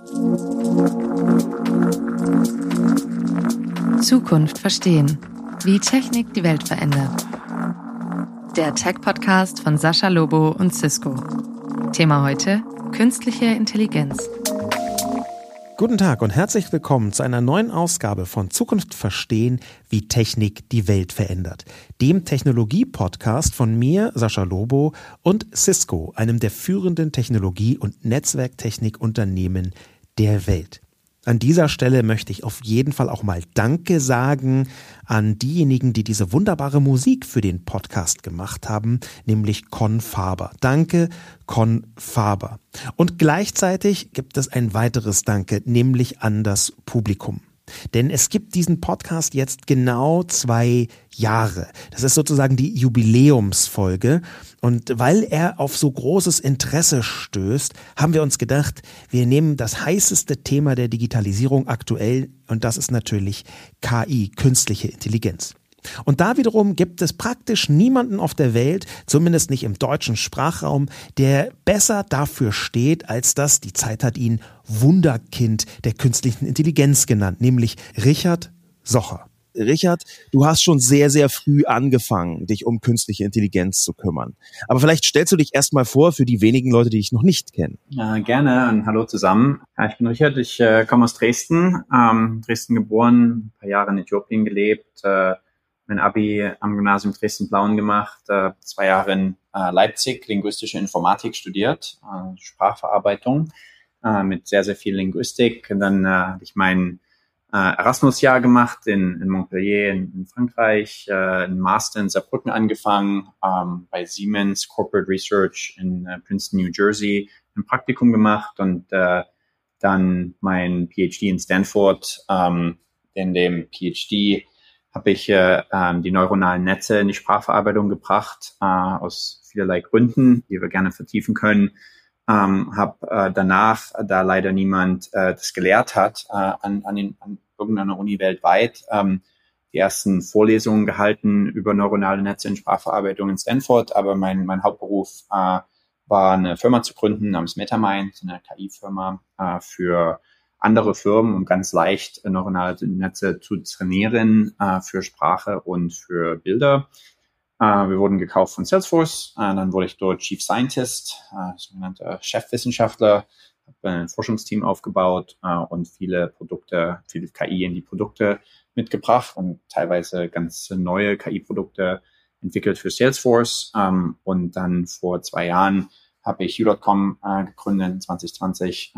Zukunft verstehen. Wie Technik die Welt verändert. Der Tech-Podcast von Sascha Lobo und Cisco. Thema heute: künstliche Intelligenz. Guten Tag und herzlich willkommen zu einer neuen Ausgabe von Zukunft verstehen, wie Technik die Welt verändert. Dem Technologie-Podcast von mir, Sascha Lobo, und Cisco, einem der führenden Technologie- und Netzwerktechnikunternehmen der Welt. An dieser Stelle möchte ich auf jeden Fall auch mal Danke sagen an diejenigen, die diese wunderbare Musik für den Podcast gemacht haben, nämlich Con Faber. Danke, Con Faber. Und gleichzeitig gibt es ein weiteres Danke, nämlich an das Publikum. Denn es gibt diesen Podcast jetzt genau 2 Jahre. Das ist sozusagen die Jubiläumsfolge. Und weil er auf so großes Interesse stößt, haben wir uns gedacht, wir nehmen das heißeste Thema der Digitalisierung aktuell, und das ist natürlich KI, künstliche Intelligenz. Und da wiederum gibt es praktisch niemanden auf der Welt, zumindest nicht im deutschen Sprachraum, der besser dafür steht, als das, die Zeit hat ihn Wunderkind der künstlichen Intelligenz genannt, nämlich Richard Socher. Richard, du hast schon sehr, sehr früh angefangen, dich um künstliche Intelligenz zu kümmern. Aber vielleicht stellst du dich erstmal vor für die wenigen Leute, die dich noch nicht kennen. Gerne und hallo zusammen. Ja, ich bin Richard, ich komme aus Dresden, Dresden geboren, ein paar Jahre in Äthiopien gelebt, mein Abi am Gymnasium Dresden-Blauen gemacht, 2 Jahre in Leipzig linguistische Informatik studiert, Sprachverarbeitung mit sehr, sehr viel Linguistik. Und dann hatte ich mein Erasmus-Jahr gemacht in Montpellier in Frankreich, einen Master in Saarbrücken angefangen, bei Siemens Corporate Research in Princeton, New Jersey, ein Praktikum gemacht und dann mein PhD in Stanford. In dem PhD habe ich die neuronalen Netze in die Sprachverarbeitung gebracht, aus vielerlei Gründen, die wir gerne vertiefen können. Habe danach, da leider niemand das gelehrt hat, an irgendeiner Uni weltweit, die ersten Vorlesungen gehalten über neuronale Netze in Sprachverarbeitung in Stanford. Aber mein Hauptberuf war eine Firma zu gründen namens MetaMind, eine KI-Firma für andere Firmen, um ganz leicht neuronale Netze zu trainieren für Sprache und für Bilder. Wir wurden gekauft von Salesforce. Dann wurde ich dort Chief Scientist, sogenannter Chefwissenschaftler, habe ein Forschungsteam aufgebaut und viele KI in die Produkte mitgebracht und teilweise ganz neue KI-Produkte entwickelt für Salesforce. Und dann vor 2 Jahren habe ich U.com gegründet, 2020,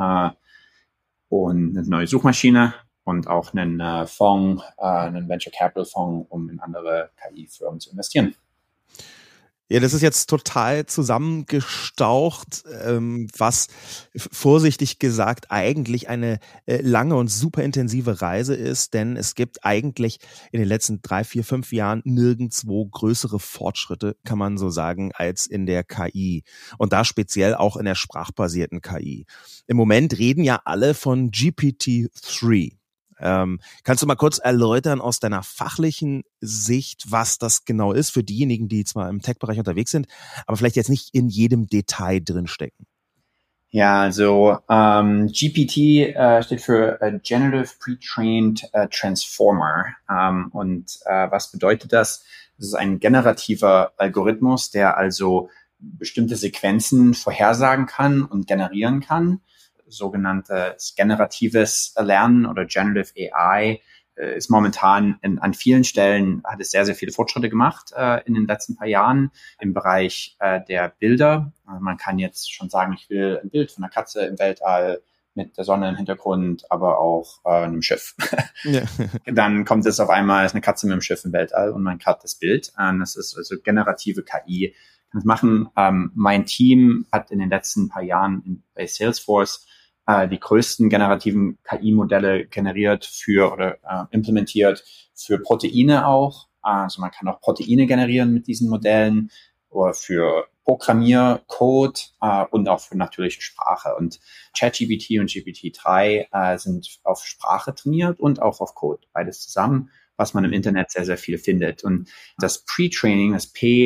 und eine neue Suchmaschine und auch einen Fonds, einen Venture Capital Fonds, um in andere KI-Firmen zu investieren. Ja, das ist jetzt total zusammengestaucht, was vorsichtig gesagt eigentlich eine lange und super intensive Reise ist, denn es gibt eigentlich in den letzten 3, 4, 5 Jahren nirgendwo größere Fortschritte, kann man so sagen, als in der KI und da speziell auch in der sprachbasierten KI. Im Moment reden ja alle von GPT-3. Kannst du mal kurz erläutern aus deiner fachlichen Sicht, was das genau ist für diejenigen, die zwar im Tech-Bereich unterwegs sind, aber vielleicht jetzt nicht in jedem Detail drinstecken? Ja, also GPT steht für Generative Pre-trained Transformer. Und was bedeutet das? Das ist ein generativer Algorithmus, der also bestimmte Sequenzen vorhersagen kann und generieren kann. Sogenanntes generatives Lernen oder Generative AI ist momentan an vielen Stellen, hat es sehr, sehr viele Fortschritte gemacht in den letzten paar Jahren im Bereich der Bilder. Man kann jetzt schon sagen, ich will ein Bild von einer Katze im Weltall mit der Sonne im Hintergrund, aber auch einem Schiff. Ja. Dann kommt es auf einmal, ist eine Katze mit einem Schiff im Weltall und man hat das Bild. Das ist also generative KI. Kann das machen. Mein Team hat in den letzten paar Jahren bei Salesforce die größten generativen KI-Modelle generiert implementiert für Proteine auch. Also man kann auch Proteine generieren mit diesen Modellen oder für Programmiercode und auch für natürliche Sprache. Und ChatGPT und GPT-3 sind auf Sprache trainiert und auch auf Code, beides zusammen, was man im Internet sehr, sehr viel findet. Und das Pre-Training, das P,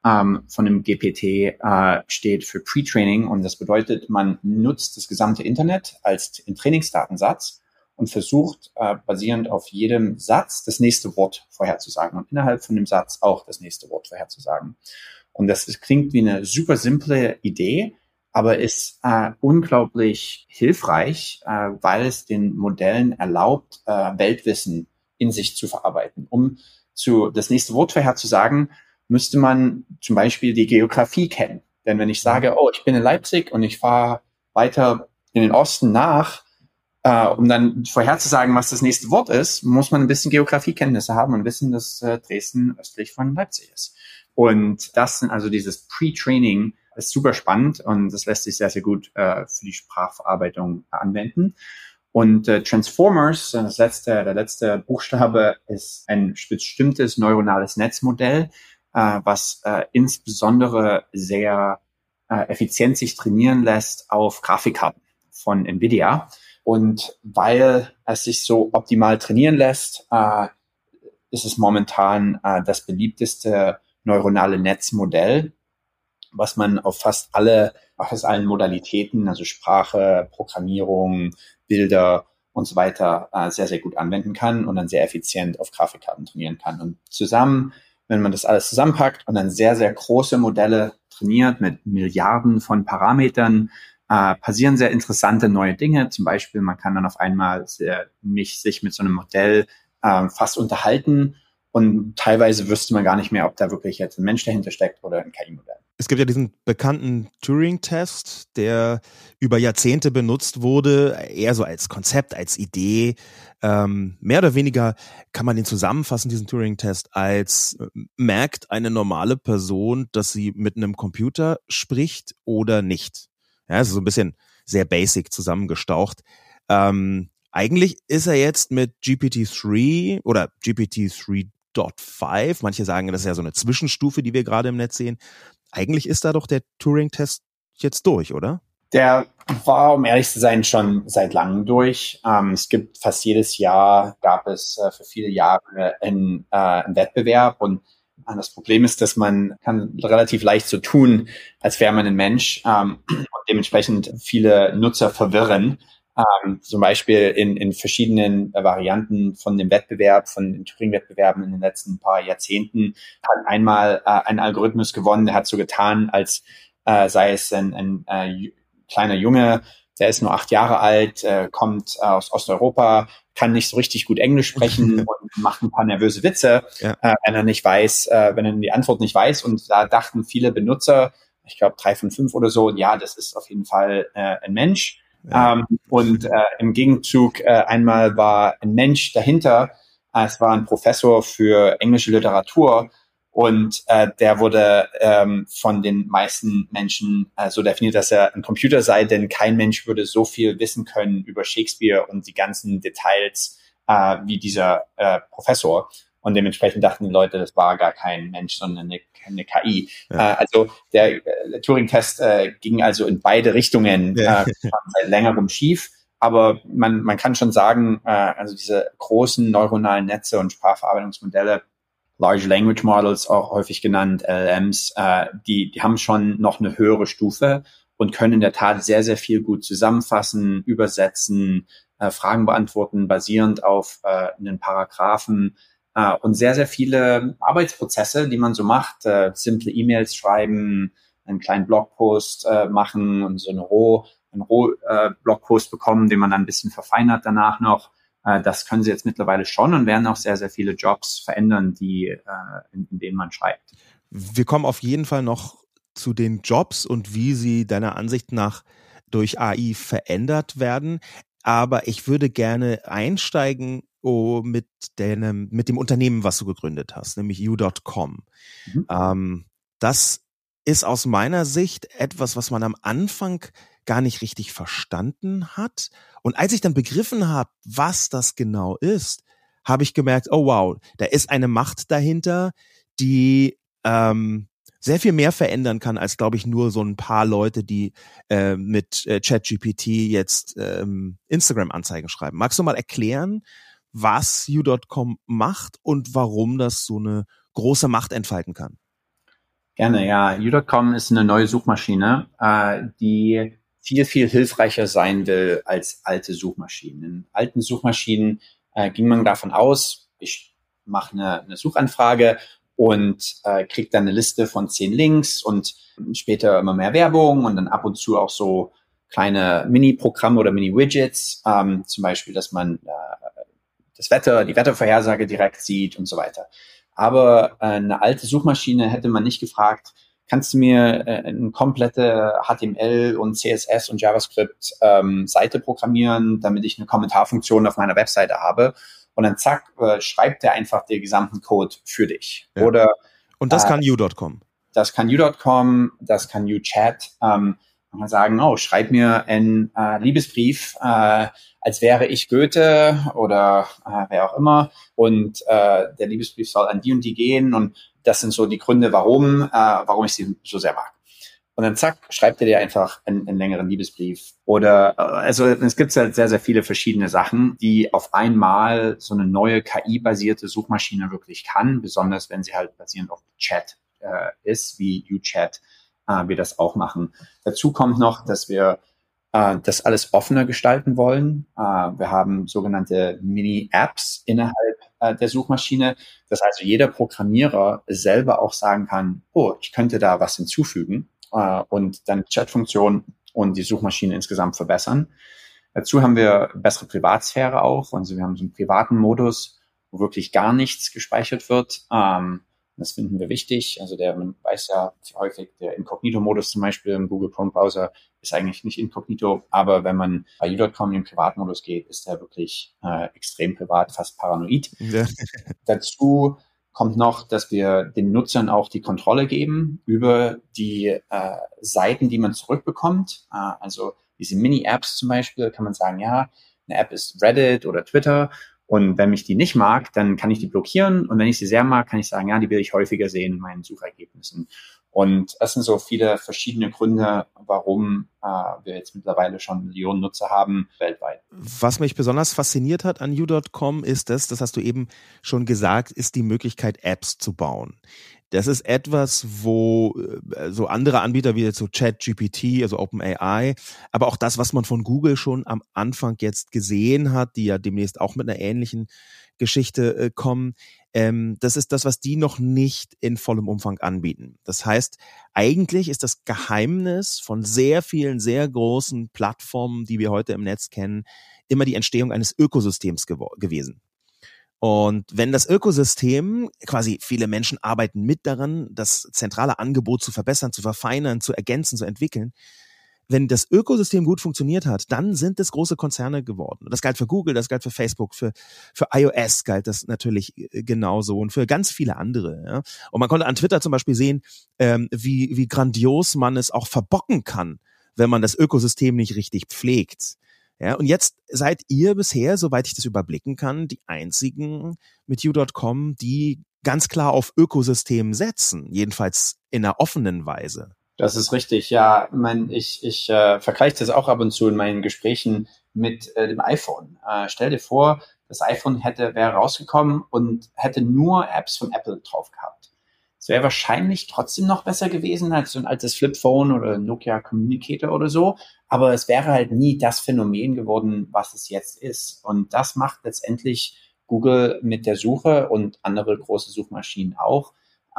von dem GPT steht für Pre-Training, und das bedeutet, man nutzt das gesamte Internet als Trainingsdatensatz und versucht, basierend auf jedem Satz das nächste Wort vorherzusagen und innerhalb von dem Satz auch das nächste Wort vorherzusagen. Und das klingt wie eine super simple Idee, aber ist unglaublich hilfreich, weil es den Modellen erlaubt, Weltwissen in sich zu verarbeiten. Um das nächste Wort vorherzusagen, müsste man zum Beispiel die Geografie kennen. Denn wenn ich sage, oh, ich bin in Leipzig und ich fahre weiter in den Osten nach, um dann vorherzusagen, was das nächste Wort ist, muss man ein bisschen Geografiekenntnisse haben und wissen, dass Dresden östlich von Leipzig ist. Und das sind also dieses Pre-Training, ist super spannend, und das lässt sich sehr, sehr gut für die Sprachverarbeitung anwenden. Und Transformers, der letzte Buchstabe, ist ein bestimmtes neuronales Netzmodell, was insbesondere sehr effizient sich trainieren lässt auf Grafikkarten von NVIDIA. Und weil es sich so optimal trainieren lässt, ist es momentan das beliebteste neuronale Netzmodell, was man auf fast allen Modalitäten, also Sprache, Programmierung, Bilder und so weiter, sehr, sehr gut anwenden kann und dann sehr effizient auf Grafikkarten trainieren kann. Und zusammen, wenn man das alles zusammenpackt und dann sehr, sehr große Modelle trainiert mit Milliarden von Parametern, passieren sehr interessante neue Dinge. Zum Beispiel, man kann dann auf einmal sich mit so einem Modell fast unterhalten, und teilweise wüsste man gar nicht mehr, ob da wirklich jetzt ein Mensch dahinter steckt oder ein KI-Modell. Es gibt ja diesen bekannten Turing-Test, der über Jahrzehnte benutzt wurde, eher so als Konzept, als Idee. Mehr oder weniger kann man den zusammenfassen, diesen Turing-Test, als merkt eine normale Person, dass sie mit einem Computer spricht oder nicht. Ja, also so ein bisschen sehr basic zusammengestaucht. Eigentlich ist er jetzt mit GPT-3 oder GPT-3.5, manche sagen, das ist ja so eine Zwischenstufe, die wir gerade im Netz sehen. Eigentlich ist da doch der Turing-Test jetzt durch, oder? Der war, um ehrlich zu sein, schon seit langem durch. Es gibt fast jedes Jahr, gab es für viele Jahre einen Wettbewerb, und das Problem ist, dass man kann relativ leicht so tun, als wäre man ein Mensch, und dementsprechend viele Nutzer verwirren. Zum Beispiel in verschiedenen Varianten von dem Wettbewerb, von den Turing-Wettbewerben in den letzten paar Jahrzehnten, hat einmal ein Algorithmus gewonnen, der hat so getan, als sei es ein kleiner Junge, der ist nur 8 Jahre alt, kommt aus Osteuropa, kann nicht so richtig gut Englisch sprechen und macht ein paar nervöse Witze, wenn er nicht weiß, wenn er die Antwort nicht weiß. Und da dachten viele Benutzer, ich glaube 3 von 5 oder so, ja, das ist auf jeden Fall ein Mensch. Ja. Und im Gegenzug einmal war ein Mensch dahinter, es war ein Professor für englische Literatur, und der wurde von den meisten Menschen so definiert, dass er ein Computer sei, denn kein Mensch würde so viel wissen können über Shakespeare und die ganzen Details wie dieser Professor. Und dementsprechend dachten die Leute, das war gar kein Mensch, sondern eine KI. Ja. Also der Turing-Test ging also in beide Richtungen seit längerem schief. Aber man kann schon sagen, also diese großen neuronalen Netze und Sprachverarbeitungsmodelle, Large Language Models, auch häufig genannt LLMs, die haben schon noch eine höhere Stufe und können in der Tat sehr, sehr viel gut zusammenfassen, übersetzen, Fragen beantworten, basierend auf einen Paragraphen, und sehr, sehr viele Arbeitsprozesse, die man so macht, simple E-Mails schreiben, einen kleinen Blogpost machen und so einen Roh-Blogpost bekommen, den man dann ein bisschen verfeinert danach noch. Das können sie jetzt mittlerweile schon und werden auch sehr, sehr viele Jobs verändern, in denen man schreibt. Wir kommen auf jeden Fall noch zu den Jobs und wie sie deiner Ansicht nach durch AI verändert werden. Aber ich würde gerne einsteigen mit dem Unternehmen, was du gegründet hast, nämlich You.com. Das ist aus meiner Sicht etwas, was man am Anfang gar nicht richtig verstanden hat. Und als ich dann begriffen habe, was das genau ist, habe ich gemerkt, oh wow, da ist eine Macht dahinter, die sehr viel mehr verändern kann, als, glaube ich, nur so ein paar Leute, die mit ChatGPT jetzt Instagram-Anzeigen schreiben. Magst du mal erklären, was You.com macht und warum das so eine große Macht entfalten kann? Gerne, ja. U.com ist eine neue Suchmaschine, die viel, viel hilfreicher sein will als alte Suchmaschinen. In alten Suchmaschinen ging man davon aus, ich mache eine Suchanfrage und kriege dann eine Liste von 10 Links und später immer mehr Werbung und dann ab und zu auch so kleine Mini-Programme oder Mini-Widgets, zum Beispiel, dass man die Wettervorhersage direkt sieht und so weiter. Aber eine alte Suchmaschine hätte man nicht gefragt, kannst du mir eine komplette HTML und CSS und JavaScript Seite programmieren, damit ich eine Kommentarfunktion auf meiner Webseite habe? Und dann zack, schreibt er einfach den gesamten Code für dich. Ja. Oder und das kann U.com. Das kann U.com, das kann U-Chat. Man kann sagen, schreib mir einen Liebesbrief, als wäre ich Goethe oder wer auch immer. Und der Liebesbrief soll an die und die gehen. Und das sind so die Gründe, warum ich sie so sehr mag. Und dann zack, schreibt er dir einfach einen längeren Liebesbrief. Oder also es gibt halt sehr, sehr viele verschiedene Sachen, die auf einmal so eine neue KI-basierte Suchmaschine wirklich kann, besonders wenn sie halt basierend auf Chat ist, wie U-Chat wir das auch machen. Dazu kommt noch, dass wir das alles offener gestalten wollen. Wir haben sogenannte Mini-Apps innerhalb der Suchmaschine, dass also jeder Programmierer selber auch sagen kann, ich könnte da was hinzufügen und dann Chat-Funktion und die Suchmaschine insgesamt verbessern. Dazu haben wir bessere Privatsphäre auch. Also wir haben so einen privaten Modus, wo wirklich gar nichts gespeichert wird. Das finden wir wichtig. Also man weiß ja häufig, der Inkognito-Modus zum Beispiel im Google Chrome-Browser ist eigentlich nicht inkognito, aber wenn man bei U.com in den Privatmodus geht, ist der wirklich extrem privat, fast paranoid. Ja. Dazu kommt noch, dass wir den Nutzern auch die Kontrolle geben über die Seiten, die man zurückbekommt. Also diese Mini-Apps zum Beispiel kann man sagen, ja, eine App ist Reddit oder Twitter. Und wenn mich die nicht mag, dann kann ich die blockieren. Und wenn ich sie sehr mag, kann ich sagen, ja, die will ich häufiger sehen in meinen Suchergebnissen. Und das sind so viele verschiedene Gründe, warum wir jetzt mittlerweile schon Millionen Nutzer haben weltweit. Was mich besonders fasziniert hat an U.com ist das hast du eben schon gesagt, ist die Möglichkeit, Apps zu bauen. Das ist etwas, wo so andere Anbieter wie jetzt so ChatGPT, also OpenAI, aber auch das, was man von Google schon am Anfang jetzt gesehen hat, die ja demnächst auch mit einer ähnlichen Geschichte kommen, das ist das, was die noch nicht in vollem Umfang anbieten. Das heißt, eigentlich ist das Geheimnis von sehr vielen, sehr großen Plattformen, die wir heute im Netz kennen, immer die Entstehung eines Ökosystems gewesen. Und wenn das Ökosystem, quasi viele Menschen arbeiten mit daran, das zentrale Angebot zu verbessern, zu verfeinern, zu ergänzen, zu entwickeln, wenn das Ökosystem gut funktioniert hat, dann sind es große Konzerne geworden. Das galt für Google, das galt für Facebook, für iOS galt das natürlich genauso und für ganz viele andere. Ja. Und man konnte an Twitter zum Beispiel sehen, wie grandios man es auch verbocken kann, wenn man das Ökosystem nicht richtig pflegt. Ja, und jetzt seid ihr bisher, soweit ich das überblicken kann, die einzigen mit U.com, die ganz klar auf Ökosystem setzen, jedenfalls in einer offenen Weise. Das ist richtig, ja. Ich vergleiche das auch ab und zu in meinen Gesprächen mit dem iPhone. Stell dir vor, das iPhone wäre rausgekommen und hätte nur Apps von Apple drauf gehabt. Es wäre wahrscheinlich trotzdem noch besser gewesen als so ein altes Flipphone oder Nokia Communicator oder so. Aber es wäre halt nie das Phänomen geworden, was es jetzt ist. Und das macht letztendlich Google mit der Suche und andere große Suchmaschinen auch.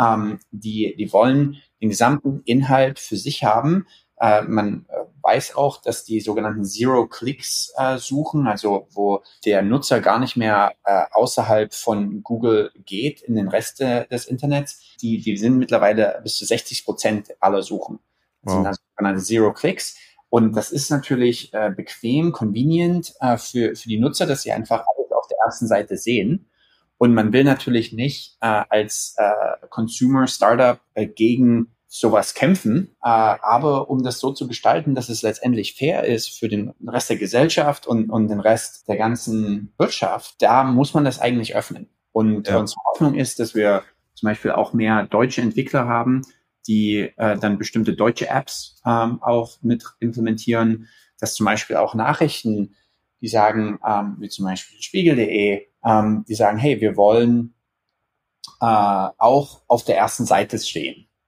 Die wollen den gesamten Inhalt für sich haben. Man weiß auch, dass die sogenannten Zero-Clicks suchen, also wo der Nutzer gar nicht mehr außerhalb von Google geht in den Rest des Internets. Die sind mittlerweile bis zu 60% aller Suchen. Das sind also sogenannte Zero-Clicks. Und das ist natürlich bequem, convenient für die Nutzer, dass sie einfach alles auf der ersten Seite sehen. Und man will natürlich nicht als Consumer-Startup gegen sowas kämpfen, aber um das so zu gestalten, dass es letztendlich fair ist für den Rest der Gesellschaft und den Rest der ganzen Wirtschaft, da muss man das eigentlich öffnen. Und unsere Hoffnung ist, dass wir zum Beispiel auch mehr deutsche Entwickler haben, die dann bestimmte deutsche Apps auch mit implementieren, dass zum Beispiel auch Nachrichten, die sagen, wie zum Beispiel Spiegel.de, die sagen, hey, wir wollen auch auf der ersten Seite stehen.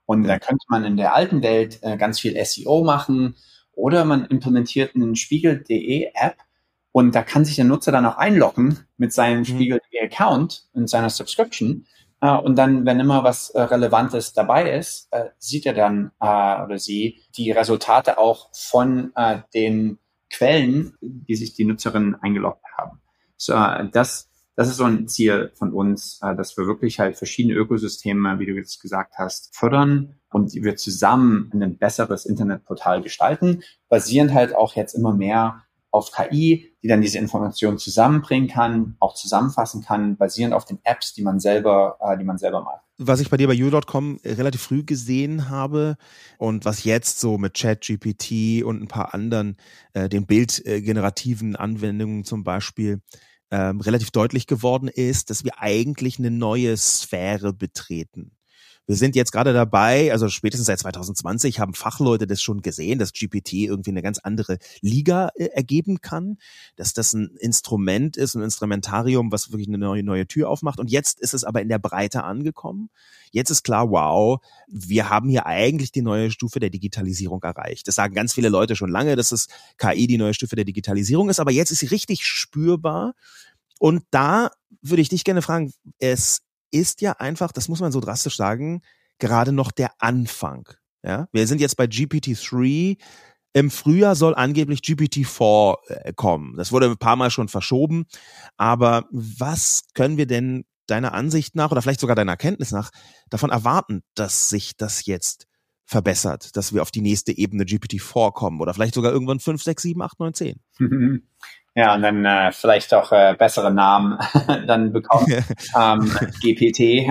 Und da könnte man in der alten Welt ganz viel SEO machen oder man implementiert einen Spiegel.de App und da kann sich der Nutzer dann auch einloggen mit seinem Spiegel.de Account und seiner Subscription. Und dann, wenn immer was Relevantes dabei ist, sieht er dann oder sie die Resultate auch von den Quellen, die sich die Nutzerinnen eingeloggt haben. So, das ist so ein Ziel von uns, dass wir wirklich halt verschiedene Ökosysteme, wie du jetzt gesagt hast, fördern und wir zusammen ein besseres Internetportal gestalten, basierend halt auch jetzt immer mehr auf KI, die dann diese Informationen zusammenbringen kann, auch zusammenfassen kann, basierend auf den Apps, die man selber macht. Was ich bei dir bei you.com relativ früh gesehen habe und was jetzt so mit ChatGPT und ein paar anderen, den bildgenerativen Anwendungen zum Beispiel, relativ deutlich geworden ist, dass wir eigentlich eine neue Sphäre betreten. Wir sind jetzt gerade dabei, also spätestens seit 2020 haben Fachleute das schon gesehen, dass GPT irgendwie eine ganz andere Liga ergeben kann, dass das ein Instrument ist, ein Instrumentarium, was wirklich eine neue Tür aufmacht. Und jetzt ist es aber in der Breite angekommen. Jetzt ist klar, wow, wir haben hier eigentlich die neue Stufe der Digitalisierung erreicht. Das sagen ganz viele Leute schon lange, dass es KI die neue Stufe der Digitalisierung ist, aber jetzt ist sie richtig spürbar. Und da würde ich dich gerne fragen, es ist ja einfach, das muss man so drastisch sagen, gerade noch der Anfang. Ja, wir sind jetzt bei GPT-3. Im Frühjahr soll angeblich GPT-4 kommen. Das wurde ein paar Mal schon verschoben. Aber was können wir denn deiner Ansicht nach oder vielleicht sogar deiner Erkenntnis nach davon erwarten, dass sich das jetzt verbessert, dass wir auf die nächste Ebene GPT-4 kommen oder vielleicht sogar irgendwann 5, 6, 7, 8, 9, 10? Ja, und dann vielleicht auch bessere Namen dann bekommen. GPT.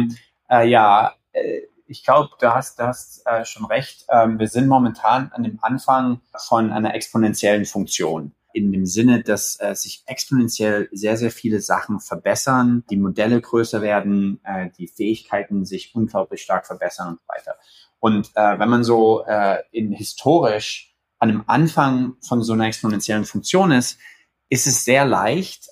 Ich glaube, du hast schon recht. Wir sind momentan an dem Anfang von einer exponentiellen Funktion. In dem Sinne, dass sich exponentiell sehr, sehr viele Sachen verbessern, die Modelle größer werden, die Fähigkeiten sich unglaublich stark verbessern und so weiter. Und wenn man so historisch an dem Anfang von so einer exponentiellen Funktion ist es sehr leicht,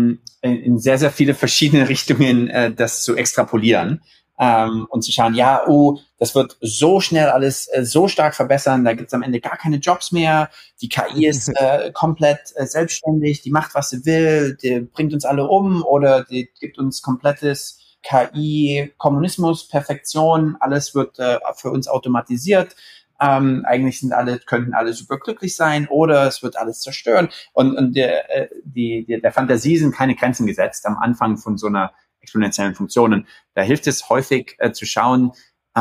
in sehr, sehr viele verschiedene Richtungen das zu extrapolieren und zu schauen, das wird so schnell alles so stark verbessern, da gibt es am Ende gar keine Jobs mehr, die KI ist komplett selbstständig, die macht, was sie will, die bringt uns alle um oder die gibt uns komplettes KI, Kommunismus, Perfektion, alles wird für uns automatisiert. Eigentlich könnten alle super glücklich sein oder es wird alles zerstören. Und der Fantasie sind keine Grenzen gesetzt am Anfang von so einer exponentiellen Funktion. Und da hilft es häufig zu schauen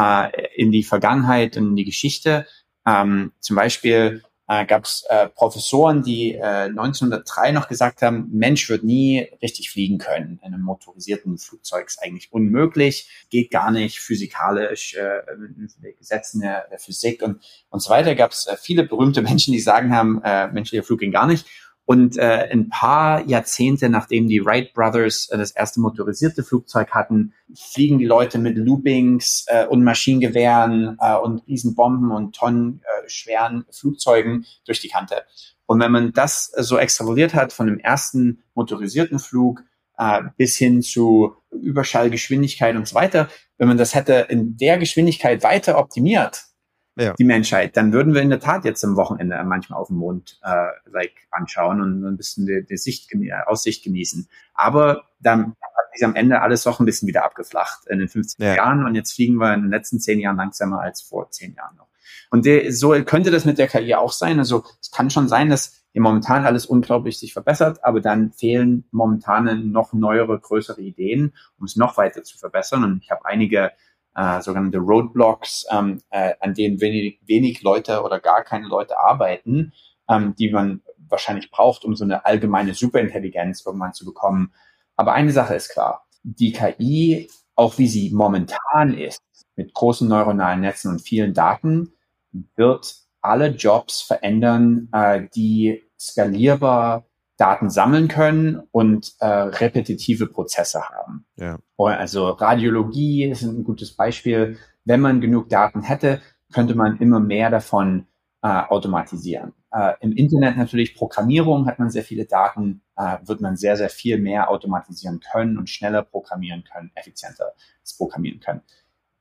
in die Vergangenheit und in die Geschichte. Zum Beispiel gab es Professoren, die 1903 noch gesagt haben, Mensch wird nie richtig fliegen können. In einem motorisierten Flugzeug ist eigentlich unmöglich, geht gar nicht physikalisch, Gesetzen der Physik und so weiter. Gab es viele berühmte Menschen, die sagen haben, menschlicher Flug ging gar nicht. Und ein paar Jahrzehnte, nachdem die Wright Brothers das erste motorisierte Flugzeug hatten, fliegen die Leute mit Loopings und Maschinengewehren und Riesenbomben und tonnenschweren Flugzeugen durch die Kante. Und wenn man das so extrapoliert hat von dem ersten motorisierten Flug bis hin zu Überschallgeschwindigkeit und so weiter, wenn man das hätte in der Geschwindigkeit weiter optimiert, die Menschheit, dann würden wir in der Tat jetzt am Wochenende manchmal auf dem Mond anschauen und ein bisschen die Aussicht genießen. Aber dann hat sich am Ende alles doch ein bisschen wieder abgeflacht in den 50er Jahren und jetzt fliegen wir in den letzten 10 Jahren langsamer als vor 10 Jahren noch. Und so könnte das mit der KI auch sein. Also es kann schon sein, dass hier momentan alles unglaublich sich verbessert, aber dann fehlen momentan noch neuere, größere Ideen, um es noch weiter zu verbessern. Und ich habe einige sogenannte Roadblocks, an denen wenig Leute oder gar keine Leute arbeiten, die man wahrscheinlich braucht, um so eine allgemeine Superintelligenz irgendwann zu bekommen. Aber eine Sache ist klar, die KI, auch wie sie momentan ist, mit großen neuronalen Netzen und vielen Daten, wird alle Jobs verändern, die skalierbar Daten sammeln können und repetitive Prozesse haben. Ja. Also Radiologie ist ein gutes Beispiel. Wenn man genug Daten hätte, könnte man immer mehr davon automatisieren. Im Internet natürlich Programmierung, hat man sehr viele Daten, wird man sehr, sehr viel mehr automatisieren können und schneller programmieren können, effizienter programmieren können.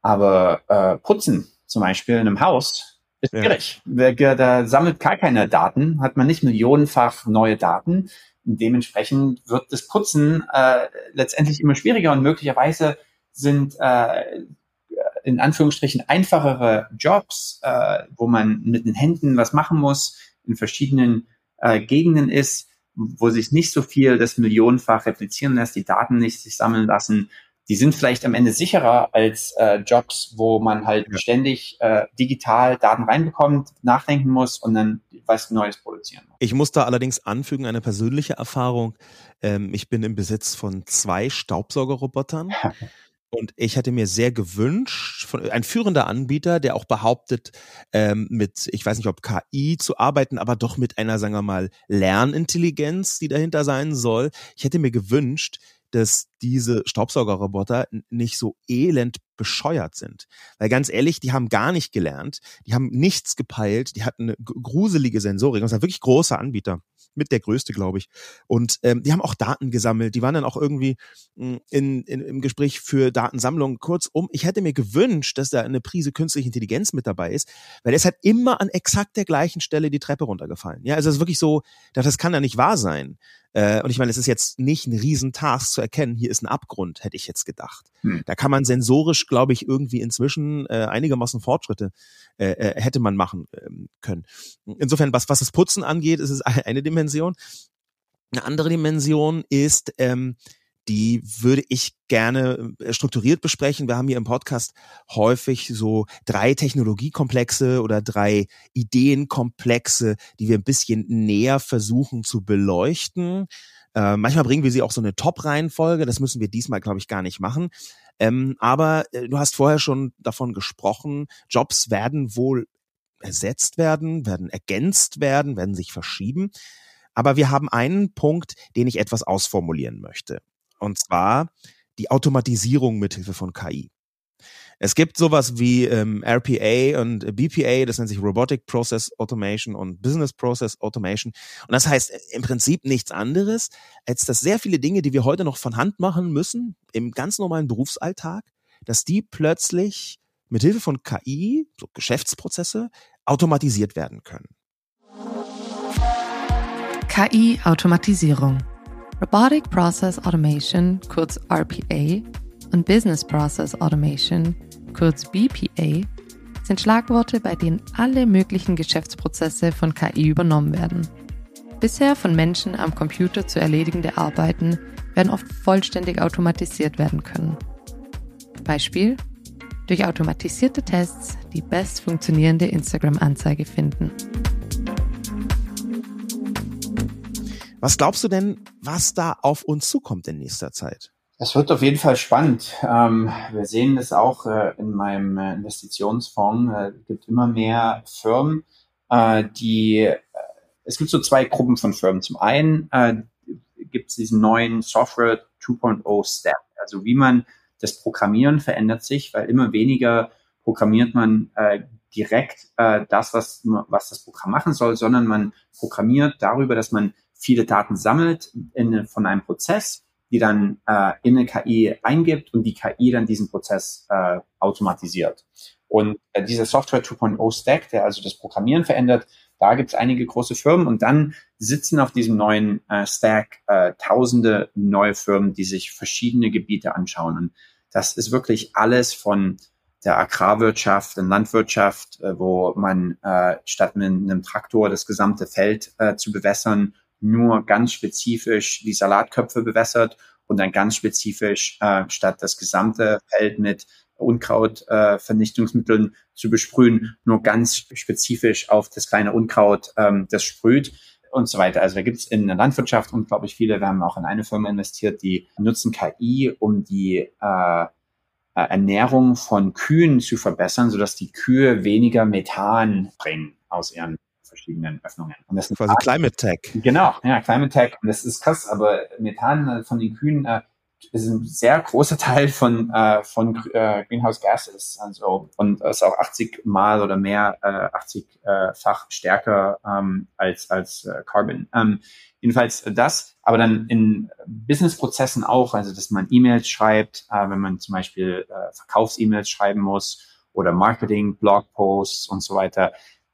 Aber Putzen zum Beispiel in einem Haus ist schwierig. Da sammelt gar keine Daten, hat man nicht millionenfach neue Daten. Und dementsprechend wird das Putzen letztendlich immer schwieriger und möglicherweise sind in Anführungsstrichen einfachere Jobs, wo man mit den Händen was machen muss, in verschiedenen Gegenden ist, wo sich nicht so viel das millionenfach replizieren lässt, die Daten nicht sich sammeln lassen. Die sind vielleicht am Ende sicherer als Jobs, wo man halt ständig digital Daten reinbekommt, nachdenken muss und dann was Neues produzieren muss. Ich muss da allerdings anfügen, eine persönliche Erfahrung. Ich bin im Besitz von 2 Staubsaugerrobotern. Und ich hätte mir sehr gewünscht, ein führender Anbieter, der auch behauptet, mit, ich weiß nicht, ob KI zu arbeiten, aber doch mit einer, sagen wir mal, Lernintelligenz, die dahinter sein soll. Ich hätte mir gewünscht, dass diese Staubsaugerroboter nicht so elend bescheuert sind. Weil ganz ehrlich, die haben gar nicht gelernt, die haben nichts gepeilt, die hatten eine gruselige Sensorik. Das ist ein wirklich großer Anbieter, mit der größte, glaube ich. Und die haben auch Daten gesammelt, die waren dann auch irgendwie im Gespräch für Datensammlung. Kurzum, ich hätte mir gewünscht, dass da eine Prise künstliche Intelligenz mit dabei ist, weil er ist halt immer an exakt der gleichen Stelle die Treppe runtergefallen. Ja, also es ist wirklich so, das kann ja nicht wahr sein. Und ich meine, es ist jetzt nicht ein Riesentask zu erkennen, hier ist ein Abgrund, hätte ich jetzt gedacht. Da kann man sensorisch, glaube ich, irgendwie inzwischen einigermaßen Fortschritte hätte man machen können. Insofern, was das Putzen angeht, ist es eine Dimension. Eine andere Dimension ist, die würde ich gerne strukturiert besprechen. Wir haben hier im Podcast häufig so 3 Technologiekomplexe oder 3 Ideenkomplexe, die wir ein bisschen näher versuchen zu beleuchten. Manchmal bringen wir sie auch so eine Top-Reihenfolge. Das müssen wir diesmal, glaube ich, gar nicht machen. Aber du hast vorher schon davon gesprochen, Jobs werden wohl ersetzt werden ergänzt werden sich verschieben. Aber wir haben einen Punkt, den ich etwas ausformulieren möchte. Und zwar die Automatisierung mithilfe von KI. Es gibt sowas wie RPA und BPA, das nennt sich Robotic Process Automation und Business Process Automation. Und das heißt im Prinzip nichts anderes, als dass sehr viele Dinge, die wir heute noch von Hand machen müssen, im ganz normalen Berufsalltag, dass die plötzlich mithilfe von KI, so Geschäftsprozesse, automatisiert werden können. KI-Automatisierung. Robotic Process Automation, kurz RPA, und Business Process Automation, kurz BPA, sind Schlagworte, bei denen alle möglichen Geschäftsprozesse von KI übernommen werden. Bisher von Menschen am Computer zu erledigende Arbeiten werden oft vollständig automatisiert werden können. Beispiel: durch automatisierte Tests die best funktionierende Instagram-Anzeige finden. Was glaubst du denn, was da auf uns zukommt in nächster Zeit? Es wird auf jeden Fall spannend. Wir sehen das auch in meinem Investitionsfonds. Es gibt immer mehr Firmen, es gibt so 2 Gruppen von Firmen. Zum einen gibt es diesen neuen Software 2.0 Step. Also wie man das Programmieren verändert sich, weil immer weniger programmiert man direkt das, was das Programm machen soll, sondern man programmiert darüber, dass man viele Daten sammelt von einem Prozess, die dann in eine KI eingibt und die KI dann diesen Prozess automatisiert. Und dieser Software 2.0 Stack, der also das Programmieren verändert, da gibt es einige große Firmen und dann sitzen auf diesem neuen Stack tausende neue Firmen, die sich verschiedene Gebiete anschauen. Und das ist wirklich alles von der Agrarwirtschaft und Landwirtschaft, wo man statt mit einem Traktor das gesamte Feld zu bewässern, nur ganz spezifisch die Salatköpfe bewässert und dann ganz spezifisch statt das gesamte Feld mit Unkrautvernichtungsmitteln zu besprühen, nur ganz spezifisch auf das kleine Unkraut, das sprüht und so weiter. Also da gibt es in der Landwirtschaft unglaublich viele. Wir haben auch in eine Firma investiert, die nutzen KI, um die Ernährung von Kühen zu verbessern, sodass die Kühe weniger Methan bringen aus ihren verschiedenen Öffnungen. Und das ist quasi Climate Tech. Genau, ja, Climate Tech. Und das ist krass, aber Methan von den Kühen ist ein sehr großer Teil von Greenhouse Gases. Also, und ist auch 80 Mal oder mehr, 80-fach stärker als Carbon. Jedenfalls das, aber dann in Business-Prozessen auch, also dass man E-Mails schreibt, wenn man zum Beispiel Verkaufs-E-Mails schreiben muss oder Marketing, Blogposts und so weiter.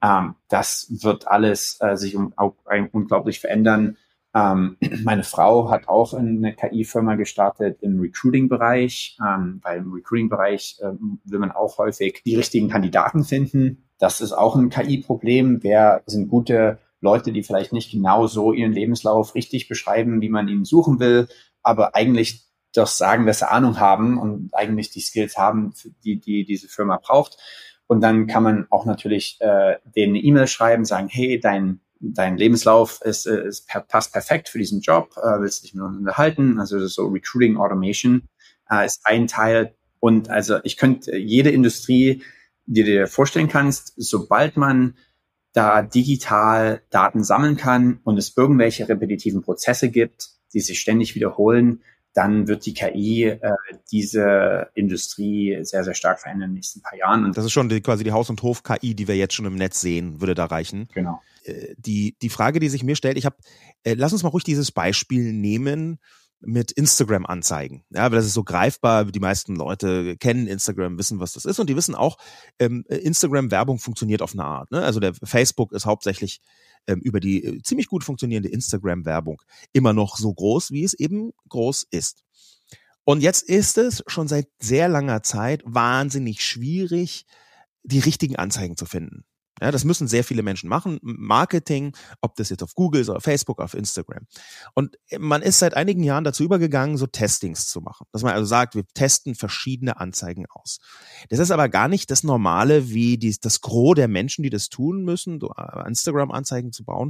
Das wird alles sich unglaublich verändern. Meine Frau hat auch eine KI-Firma gestartet im Recruiting-Bereich, weil im Recruiting-Bereich will man auch häufig die richtigen Kandidaten finden. Das ist auch ein KI-Problem. Wer sind gute Leute, die vielleicht nicht genau so ihren Lebenslauf richtig beschreiben, wie man ihn suchen will, aber eigentlich doch sagen, dass sie Ahnung haben und eigentlich die Skills haben, die diese Firma braucht. Und dann kann man auch natürlich denen eine E-Mail schreiben, sagen, hey, dein Lebenslauf passt perfekt für diesen Job, willst du dich mit uns unterhalten? Also so Recruiting Automation ist ein Teil. Und also ich könnte jede Industrie, die du dir vorstellen kannst, sobald man da digital Daten sammeln kann und es irgendwelche repetitiven Prozesse gibt, die sich ständig wiederholen, dann wird die KI diese Industrie sehr, sehr stark verändern in den nächsten paar Jahren. Und das ist schon quasi die Haus- und Hof-KI, die wir jetzt schon im Netz sehen, würde da reichen. Genau. Die Frage, die sich mir stellt, lass uns mal ruhig dieses Beispiel nehmen mit Instagram-Anzeigen. Ja, weil das ist so greifbar. Die meisten Leute kennen Instagram, wissen, was das ist. Und die wissen auch, Instagram-Werbung funktioniert auf eine Art. Ne? Also der Facebook ist hauptsächlich über die ziemlich gut funktionierende Instagram-Werbung immer noch so groß, wie es eben groß ist. Und jetzt ist es schon seit sehr langer Zeit wahnsinnig schwierig, die richtigen Anzeigen zu finden. Ja, das müssen sehr viele Menschen machen. Marketing, ob das jetzt auf Google ist, auf Facebook, auf Instagram. Und man ist seit einigen Jahren dazu übergegangen, so Testings zu machen. Dass man also sagt, wir testen verschiedene Anzeigen aus. Das ist aber gar nicht das Normale, wie das Gros der Menschen, die das tun müssen, so Instagram-Anzeigen zu bauen,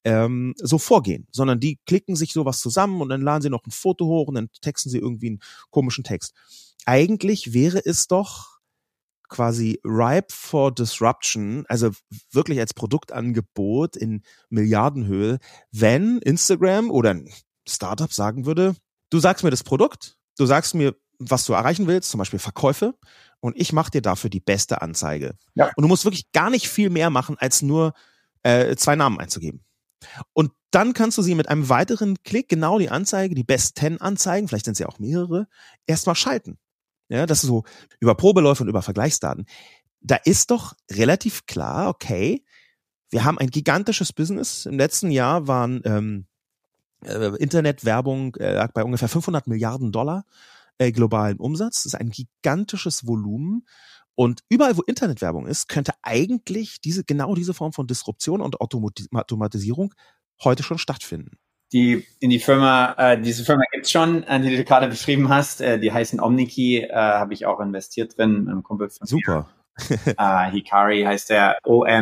so vorgehen. Sondern die klicken sich sowas zusammen und dann laden sie noch ein Foto hoch und dann texten sie irgendwie einen komischen Text. Eigentlich wäre es doch quasi ripe for disruption, also wirklich als Produktangebot in Milliardenhöhe, wenn Instagram oder ein Startup sagen würde, du sagst mir das Produkt, du sagst mir, was du erreichen willst, zum Beispiel Verkäufe, und ich mache dir dafür die beste Anzeige. Ja. Und du musst wirklich gar nicht viel mehr machen, als nur 2 Namen einzugeben. Und dann kannst du sie mit einem weiteren Klick, genau die Anzeige, die Best 10 Anzeigen, vielleicht sind es ja auch mehrere, erstmal schalten. Ja, das ist so über Probeläufe und über Vergleichsdaten. Da ist doch relativ klar, okay, wir haben ein gigantisches Business. Im letzten Jahr waren Internetwerbung lag bei ungefähr $500 Milliarden globalen Umsatz. Das ist ein gigantisches Volumen. Und überall, wo Internetwerbung ist, könnte eigentlich genau diese Form von Disruption und Automatisierung heute schon stattfinden. Diese Firma gibt's schon, die du gerade beschrieben hast. Die heißen Omniki, habe ich auch investiert drin, ein Kumpel von Super. Hikari heißt der,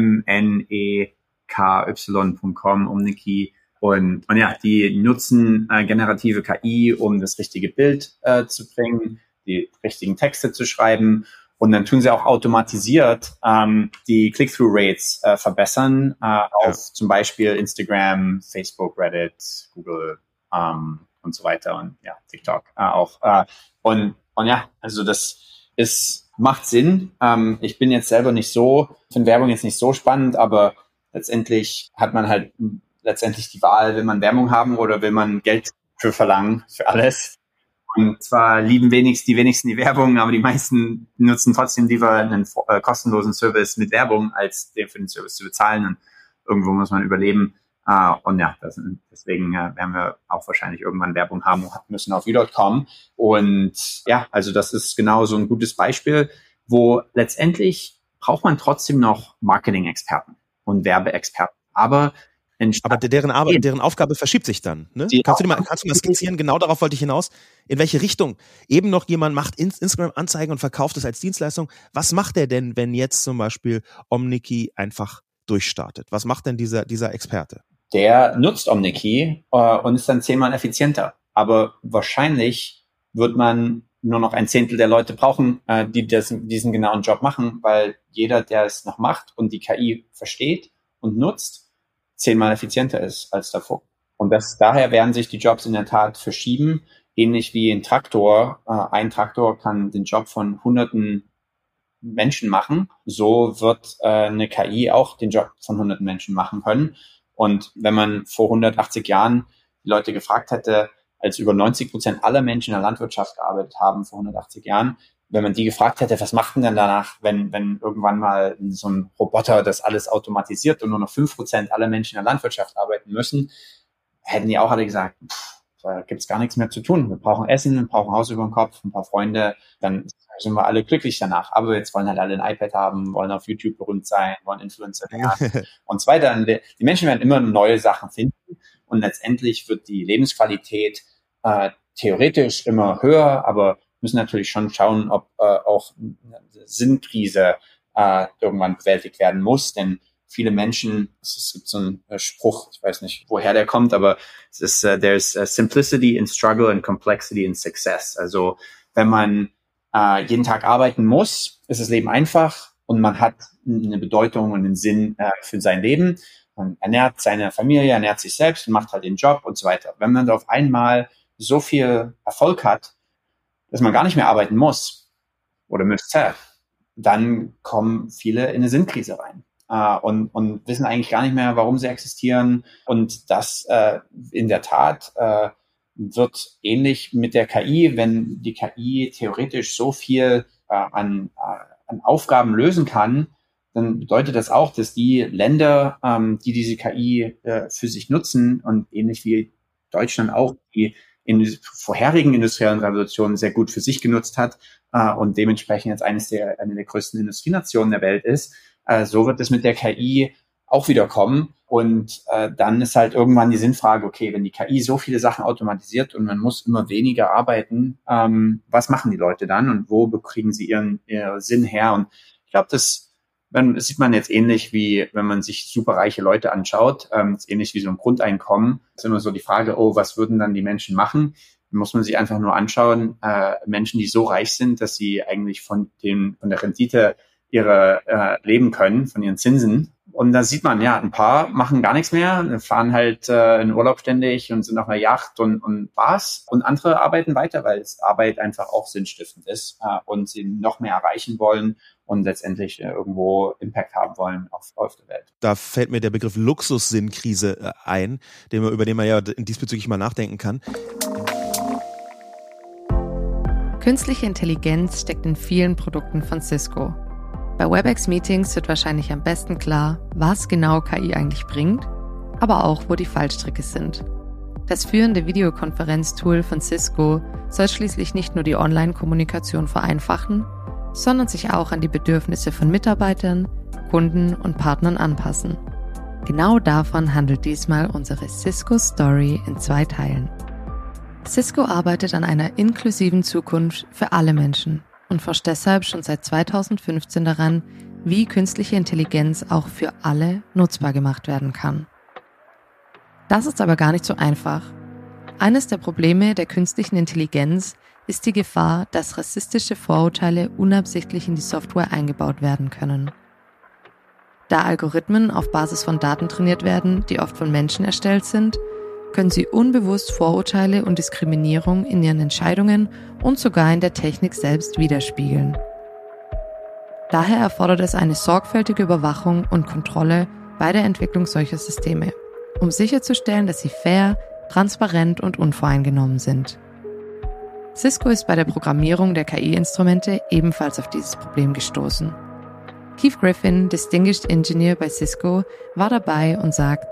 omneky.com, Omniki. Und ja, die nutzen generative KI, um das richtige Bild zu bringen, die richtigen Texte zu schreiben. Und dann tun sie auch automatisiert die Click-Through-Rates verbessern auf zum Beispiel Instagram, Facebook, Reddit, Google und so weiter und ja, TikTok auch. Und ja, also macht Sinn. Ich bin jetzt selber finde Werbung jetzt nicht so spannend, aber letztendlich hat man halt die Wahl, will man Werbung haben oder will man Geld für verlangen, für alles. Und zwar lieben die wenigsten die Werbung, aber die meisten nutzen trotzdem lieber einen kostenlosen Service mit Werbung, als den für den Service zu bezahlen. Und irgendwo muss man überleben. Und ja, deswegen werden wir auch wahrscheinlich irgendwann Werbung haben müssen auf u.com. Und ja, also das ist genau so ein gutes Beispiel, wo letztendlich braucht man trotzdem noch Marketing-Experten und Werbeexperten. Aber deren Aufgabe verschiebt sich dann. Ne? Kannst du mal skizzieren? Genau darauf wollte ich hinaus. In welche Richtung? Eben noch jemand macht Instagram-Anzeigen und verkauft es als Dienstleistung. Was macht er denn, wenn jetzt zum Beispiel Omniki einfach durchstartet? Was macht denn dieser Experte? Der nutzt Omniki und ist dann 10-mal effizienter. Aber wahrscheinlich wird man nur noch 1/10 der Leute brauchen, die diesen genauen Job machen, weil jeder, der es noch macht und die KI versteht und nutzt, 10-mal effizienter ist als davor. Und daher werden sich die Jobs in der Tat verschieben, ähnlich wie ein Traktor. Ein Traktor kann den Job von Hunderten Menschen machen. So wird eine KI auch den Job von Hunderten Menschen machen können. Und wenn man vor 180 Jahren die Leute gefragt hätte, als über 90% aller Menschen in der Landwirtschaft gearbeitet haben vor 180 Jahren, wenn man die gefragt hätte, was macht denn dann danach, wenn irgendwann mal so ein Roboter das alles automatisiert und nur noch 5% aller Menschen in der Landwirtschaft arbeiten müssen, hätten die auch alle gesagt, da gibt's gar nichts mehr zu tun. Wir brauchen Essen, wir brauchen ein Haus über dem Kopf, ein paar Freunde, dann sind wir alle glücklich danach. Aber jetzt wollen halt alle ein iPad haben, wollen auf YouTube berühmt sein, wollen Influencer werden und so weiter. Die Menschen werden immer neue Sachen finden und letztendlich wird die Lebensqualität theoretisch immer höher, aber müssen natürlich schon schauen, ob auch eine Sinnkrise irgendwann bewältigt werden muss, denn viele Menschen, es gibt so einen Spruch, ich weiß nicht, woher der kommt, aber es ist, there's simplicity in struggle and complexity in success. Also wenn man jeden Tag arbeiten muss, ist das Leben einfach und man hat eine Bedeutung und einen Sinn für sein Leben. Man ernährt seine Familie, ernährt sich selbst und macht halt den Job und so weiter. Wenn man auf einmal so viel Erfolg hat, dass man gar nicht mehr arbeiten muss oder müsste, dann kommen viele in eine Sinnkrise rein. Und wissen eigentlich gar nicht mehr, warum sie existieren. Und das in der Tat wird ähnlich mit der KI, wenn die KI theoretisch so viel an Aufgaben lösen kann, dann bedeutet das auch, dass die Länder, die diese KI für sich nutzen und ähnlich wie Deutschland auch, die in den vorherigen industriellen Revolutionen sehr gut für sich genutzt hat und dementsprechend jetzt eine der größten Industrienationen der Welt ist, so wird es mit der KI auch wieder kommen. Und dann ist halt irgendwann die Sinnfrage, okay, wenn die KI so viele Sachen automatisiert und man muss immer weniger arbeiten, was machen die Leute dann und wo kriegen sie ihren Sinn her? Und ich glaube, das sieht man jetzt ähnlich wie, wenn man sich superreiche Leute anschaut, ist ähnlich wie so ein Grundeinkommen. Das ist immer so die Frage, was würden dann die Menschen machen? Da muss man sich einfach nur anschauen, Menschen, die so reich sind, dass sie eigentlich von der Rendite leben können, von ihren Zinsen. Und da sieht man, ja, ein paar machen gar nichts mehr, fahren halt in Urlaub ständig und sind auf einer Yacht und was. Und andere arbeiten weiter, weil Arbeit einfach auch sinnstiftend ist und sie noch mehr erreichen wollen und letztendlich irgendwo Impact haben wollen auf der Welt. Da fällt mir der Begriff Luxussinn-Krise ein, über den man ja diesbezüglich mal nachdenken kann. Künstliche Intelligenz steckt in vielen Produkten von Cisco. Bei WebEx-Meetings wird wahrscheinlich am besten klar, was genau KI eigentlich bringt, aber auch, wo die Fallstricke sind. Das führende Videokonferenztool von Cisco soll schließlich nicht nur die Online-Kommunikation vereinfachen, sondern sich auch an die Bedürfnisse von Mitarbeitern, Kunden und Partnern anpassen. Genau davon handelt diesmal unsere Cisco-Story in 2 Teilen. Cisco arbeitet an einer inklusiven Zukunft für alle Menschen und forscht deshalb schon seit 2015 daran, wie künstliche Intelligenz auch für alle nutzbar gemacht werden kann. Das ist aber gar nicht so einfach. Eines der Probleme der künstlichen Intelligenz ist die Gefahr, dass rassistische Vorurteile unabsichtlich in die Software eingebaut werden können. Da Algorithmen auf Basis von Daten trainiert werden, die oft von Menschen erstellt sind, können sie unbewusst Vorurteile und Diskriminierung in ihren Entscheidungen und sogar in der Technik selbst widerspiegeln. Daher erfordert es eine sorgfältige Überwachung und Kontrolle bei der Entwicklung solcher Systeme, um sicherzustellen, dass sie fair, transparent und unvoreingenommen sind. Cisco ist bei der Programmierung der KI-Instrumente ebenfalls auf dieses Problem gestoßen. Keith Griffin, Distinguished Engineer bei Cisco, war dabei und sagt: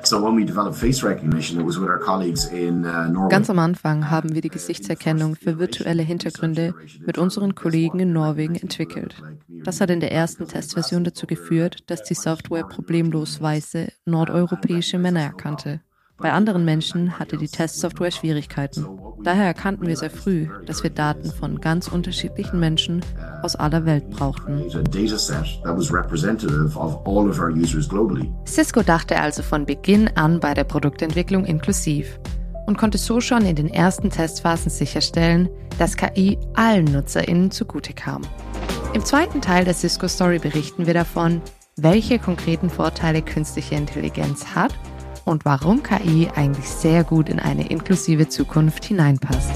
Ganz am Anfang haben wir die Gesichtserkennung für virtuelle Hintergründe mit unseren Kollegen in Norwegen entwickelt. Das hat in der ersten Testversion dazu geführt, dass die Software problemlos weiße, nordeuropäische Männer erkannte. Bei anderen Menschen hatte die Testsoftware Schwierigkeiten. Daher erkannten wir sehr früh, dass wir Daten von ganz unterschiedlichen Menschen aus aller Welt brauchten. Cisco dachte also von Beginn an bei der Produktentwicklung inklusiv und konnte so schon in den ersten Testphasen sicherstellen, dass KI allen NutzerInnen zugute kam. Im 2. Teil der Cisco-Story berichten wir davon, welche konkreten Vorteile künstliche Intelligenz hat und warum KI eigentlich sehr gut in eine inklusive Zukunft hineinpasst.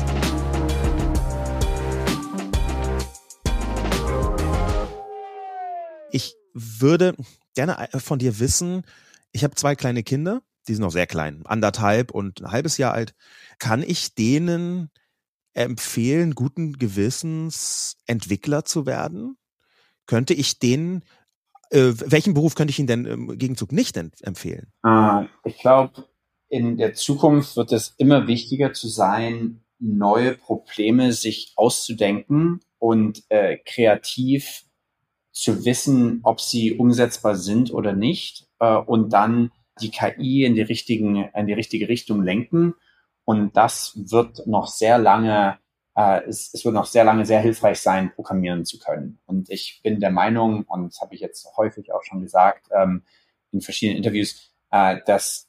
Ich würde gerne von dir wissen, ich habe 2 kleine Kinder die sind noch sehr klein, 1,5 und ein halbes Jahr alt, kann ich denen empfehlen, guten Gewissens Entwickler zu werden? Könnte ich denen, welchen Beruf könnte ich ihnen denn im Gegenzug nicht empfehlen? Ich glaube, in der Zukunft wird es immer wichtiger zu sein, neue Probleme sich auszudenken und kreativ zu wissen, ob sie umsetzbar sind oder nicht, und dann die KI in die richtige Richtung lenken. Und das wird noch sehr lange, es wird noch sehr lange sehr hilfreich sein, programmieren zu können. Und ich bin der Meinung, und das habe ich jetzt häufig auch schon gesagt, in verschiedenen Interviews, dass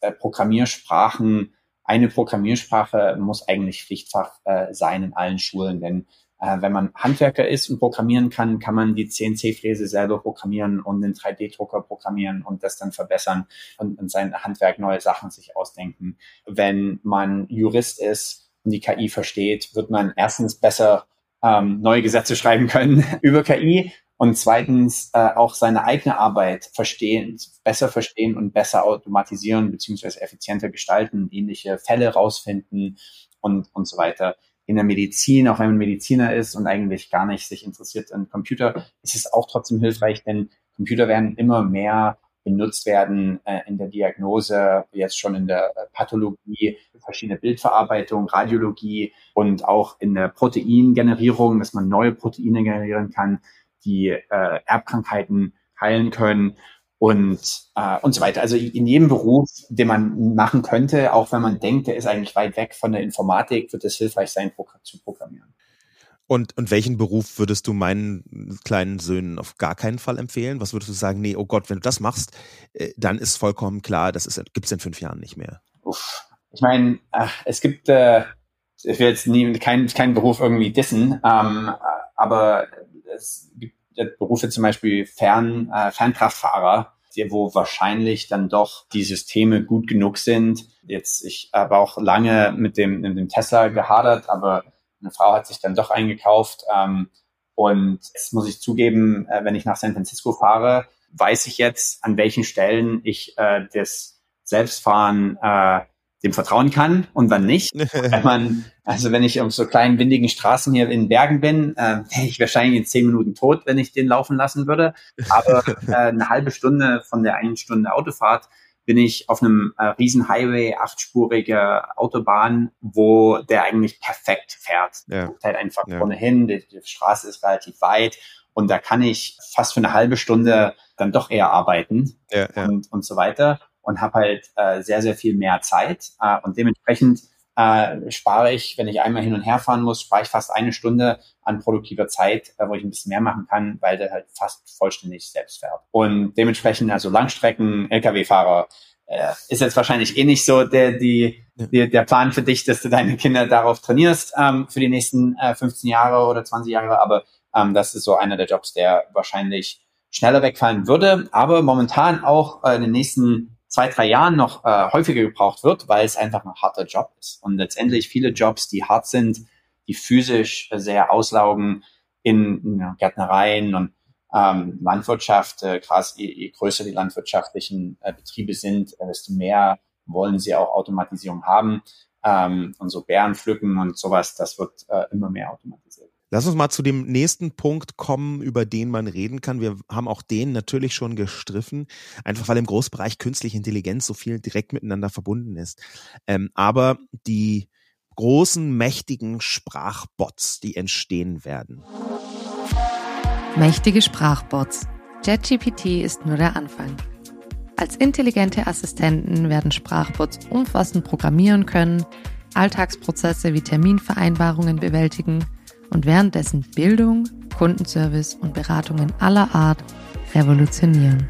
eine Programmiersprache muss eigentlich Pflichtfach sein in allen Schulen, denn wenn man Handwerker ist und programmieren kann, kann man die CNC-Fräse selber programmieren und den 3D-Drucker programmieren und das dann verbessern und sein Handwerk neue Sachen sich ausdenken. Wenn man Jurist ist und die KI versteht, wird man erstens besser neue Gesetze schreiben können über KI und zweitens auch seine eigene Arbeit besser verstehen und besser automatisieren beziehungsweise effizienter gestalten, ähnliche Fälle rausfinden und so weiter. In der Medizin, auch wenn man Mediziner ist und eigentlich gar nicht sich interessiert an Computer, ist es auch trotzdem hilfreich, denn Computer werden immer mehr benutzt werden in der Diagnose, jetzt schon in der Pathologie, verschiedene Bildverarbeitung, Radiologie und auch in der Proteingenerierung, dass man neue Proteine generieren kann, die Erbkrankheiten heilen können und so weiter. Also in jedem Beruf, den man machen könnte, auch wenn man denkt, der ist eigentlich weit weg von der Informatik, wird es hilfreich sein, zu programmieren. Und welchen Beruf würdest du meinen kleinen Söhnen auf gar keinen Fall empfehlen? Was würdest du sagen, nee, oh Gott, wenn du das machst, dann ist vollkommen klar, gibt's in 5 Jahren nicht mehr. Ich meine, es gibt, ich will jetzt keinen Beruf irgendwie dissen, aber es gibt Berufe zum Beispiel Fernkraftfahrer, wo wahrscheinlich dann doch die Systeme gut genug sind. Ich habe auch lange mit dem Tesla gehadert, aber eine Frau hat sich dann doch eingekauft. Und jetzt muss ich zugeben, wenn ich nach San Francisco fahre, weiß ich jetzt, an welchen Stellen ich das Selbstfahren dem vertrauen kann und wann nicht. Wenn ich auf so kleinen, windigen Straßen hier in Bergen bin, wäre ich wahrscheinlich in 10 Minuten tot, wenn ich den laufen lassen würde. Aber eine halbe Stunde von der 1 Stunde Autofahrt bin ich auf einem riesen Highway, 8-spurige Autobahn, wo der eigentlich perfekt fährt. Ja. Guckt halt einfach vorne hin, die Straße ist relativ weit und da kann ich fast für eine halbe Stunde dann doch eher arbeiten und so weiter. Und habe halt sehr, sehr viel mehr Zeit. Und dementsprechend spare ich, wenn ich einmal hin und her fahren muss, spare ich fast 1 Stunde an produktiver Zeit, wo ich ein bisschen mehr machen kann, weil der halt fast vollständig selbst fährt. Und dementsprechend, also Langstrecken, LKW-Fahrer, ist jetzt wahrscheinlich eh nicht so der Plan für dich, dass du deine Kinder darauf trainierst für die nächsten 15 Jahre oder 20 Jahre. Aber das ist so einer der Jobs, der wahrscheinlich schneller wegfallen würde, aber momentan auch in den nächsten 2-3 Jahren noch häufiger gebraucht wird, weil es einfach ein harter Job ist. Und letztendlich viele Jobs, die hart sind, die physisch sehr auslaugen in Gärtnereien und Landwirtschaft, gerade je größer die landwirtschaftlichen Betriebe sind, desto mehr wollen sie auch Automatisierung haben. Und so Beeren pflücken und sowas, das wird immer mehr automatisiert. Lass uns mal zu dem nächsten Punkt kommen, über den man reden kann. Wir haben auch den natürlich schon gestriffen, einfach weil im Großbereich künstliche Intelligenz so viel direkt miteinander verbunden ist. Aber die großen, mächtigen Sprachbots, die entstehen werden. Mächtige Sprachbots. ChatGPT ist nur der Anfang. Als intelligente Assistenten werden Sprachbots umfassend programmieren können, Alltagsprozesse wie Terminvereinbarungen bewältigen und währenddessen Bildung, Kundenservice und Beratungen aller Art revolutionieren.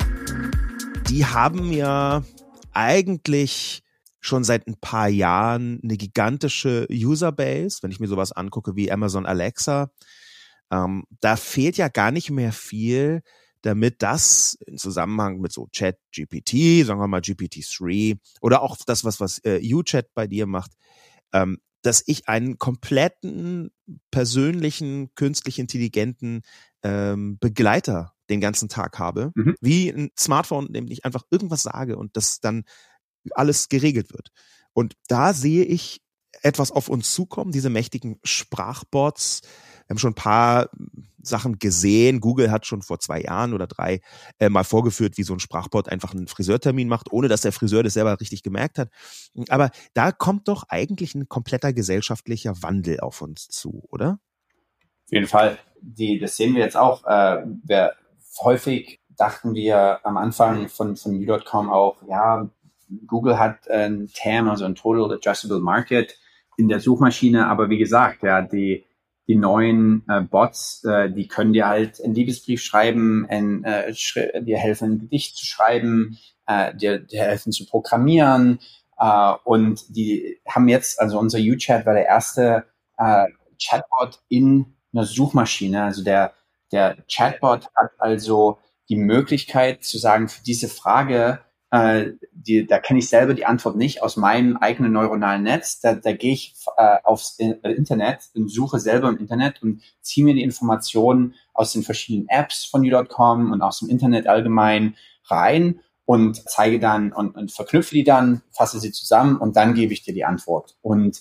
Die haben ja eigentlich schon seit ein paar Jahren eine gigantische Userbase, wenn ich mir sowas angucke wie Amazon Alexa. Da fehlt ja gar nicht mehr viel, damit das in Zusammenhang mit so ChatGPT, sagen wir mal GPT-3 oder auch das, was UChat bei dir macht, dass ich einen kompletten, persönlichen, künstlich intelligenten Begleiter den ganzen Tag habe, wie ein Smartphone, dem ich einfach irgendwas sage und das dann alles geregelt wird. Und da sehe ich etwas auf uns zukommen, diese mächtigen Sprachbots. Wir haben schon ein paar Sachen gesehen. Google hat schon vor 2 Jahren oder 3 mal vorgeführt, wie so ein Sprachbot einfach einen Friseurtermin macht, ohne dass der Friseur das selber richtig gemerkt hat. Aber da kommt doch eigentlich ein kompletter gesellschaftlicher Wandel auf uns zu, oder? Auf jeden Fall. Das sehen wir jetzt auch. Häufig dachten wir am Anfang von U.com auch, ja, Google hat ein TAM, also ein Total Addressable Market in der Suchmaschine. Aber wie gesagt, ja, die neuen Bots, die können dir halt einen Liebesbrief schreiben, dir helfen, ein Gedicht zu schreiben, dir helfen zu programmieren. Und die haben jetzt, also unser UChat war der erste Chatbot in einer Suchmaschine. Also der Chatbot hat also die Möglichkeit zu sagen, für diese Frage, da kenne ich selber die Antwort nicht aus meinem eigenen neuronalen Netz. Da gehe ich aufs Internet und suche selber im Internet und ziehe mir die Informationen aus den verschiedenen Apps von U.com und aus dem Internet allgemein rein und zeige dann und verknüpfe die dann, fasse sie zusammen und dann gebe ich dir die Antwort. Und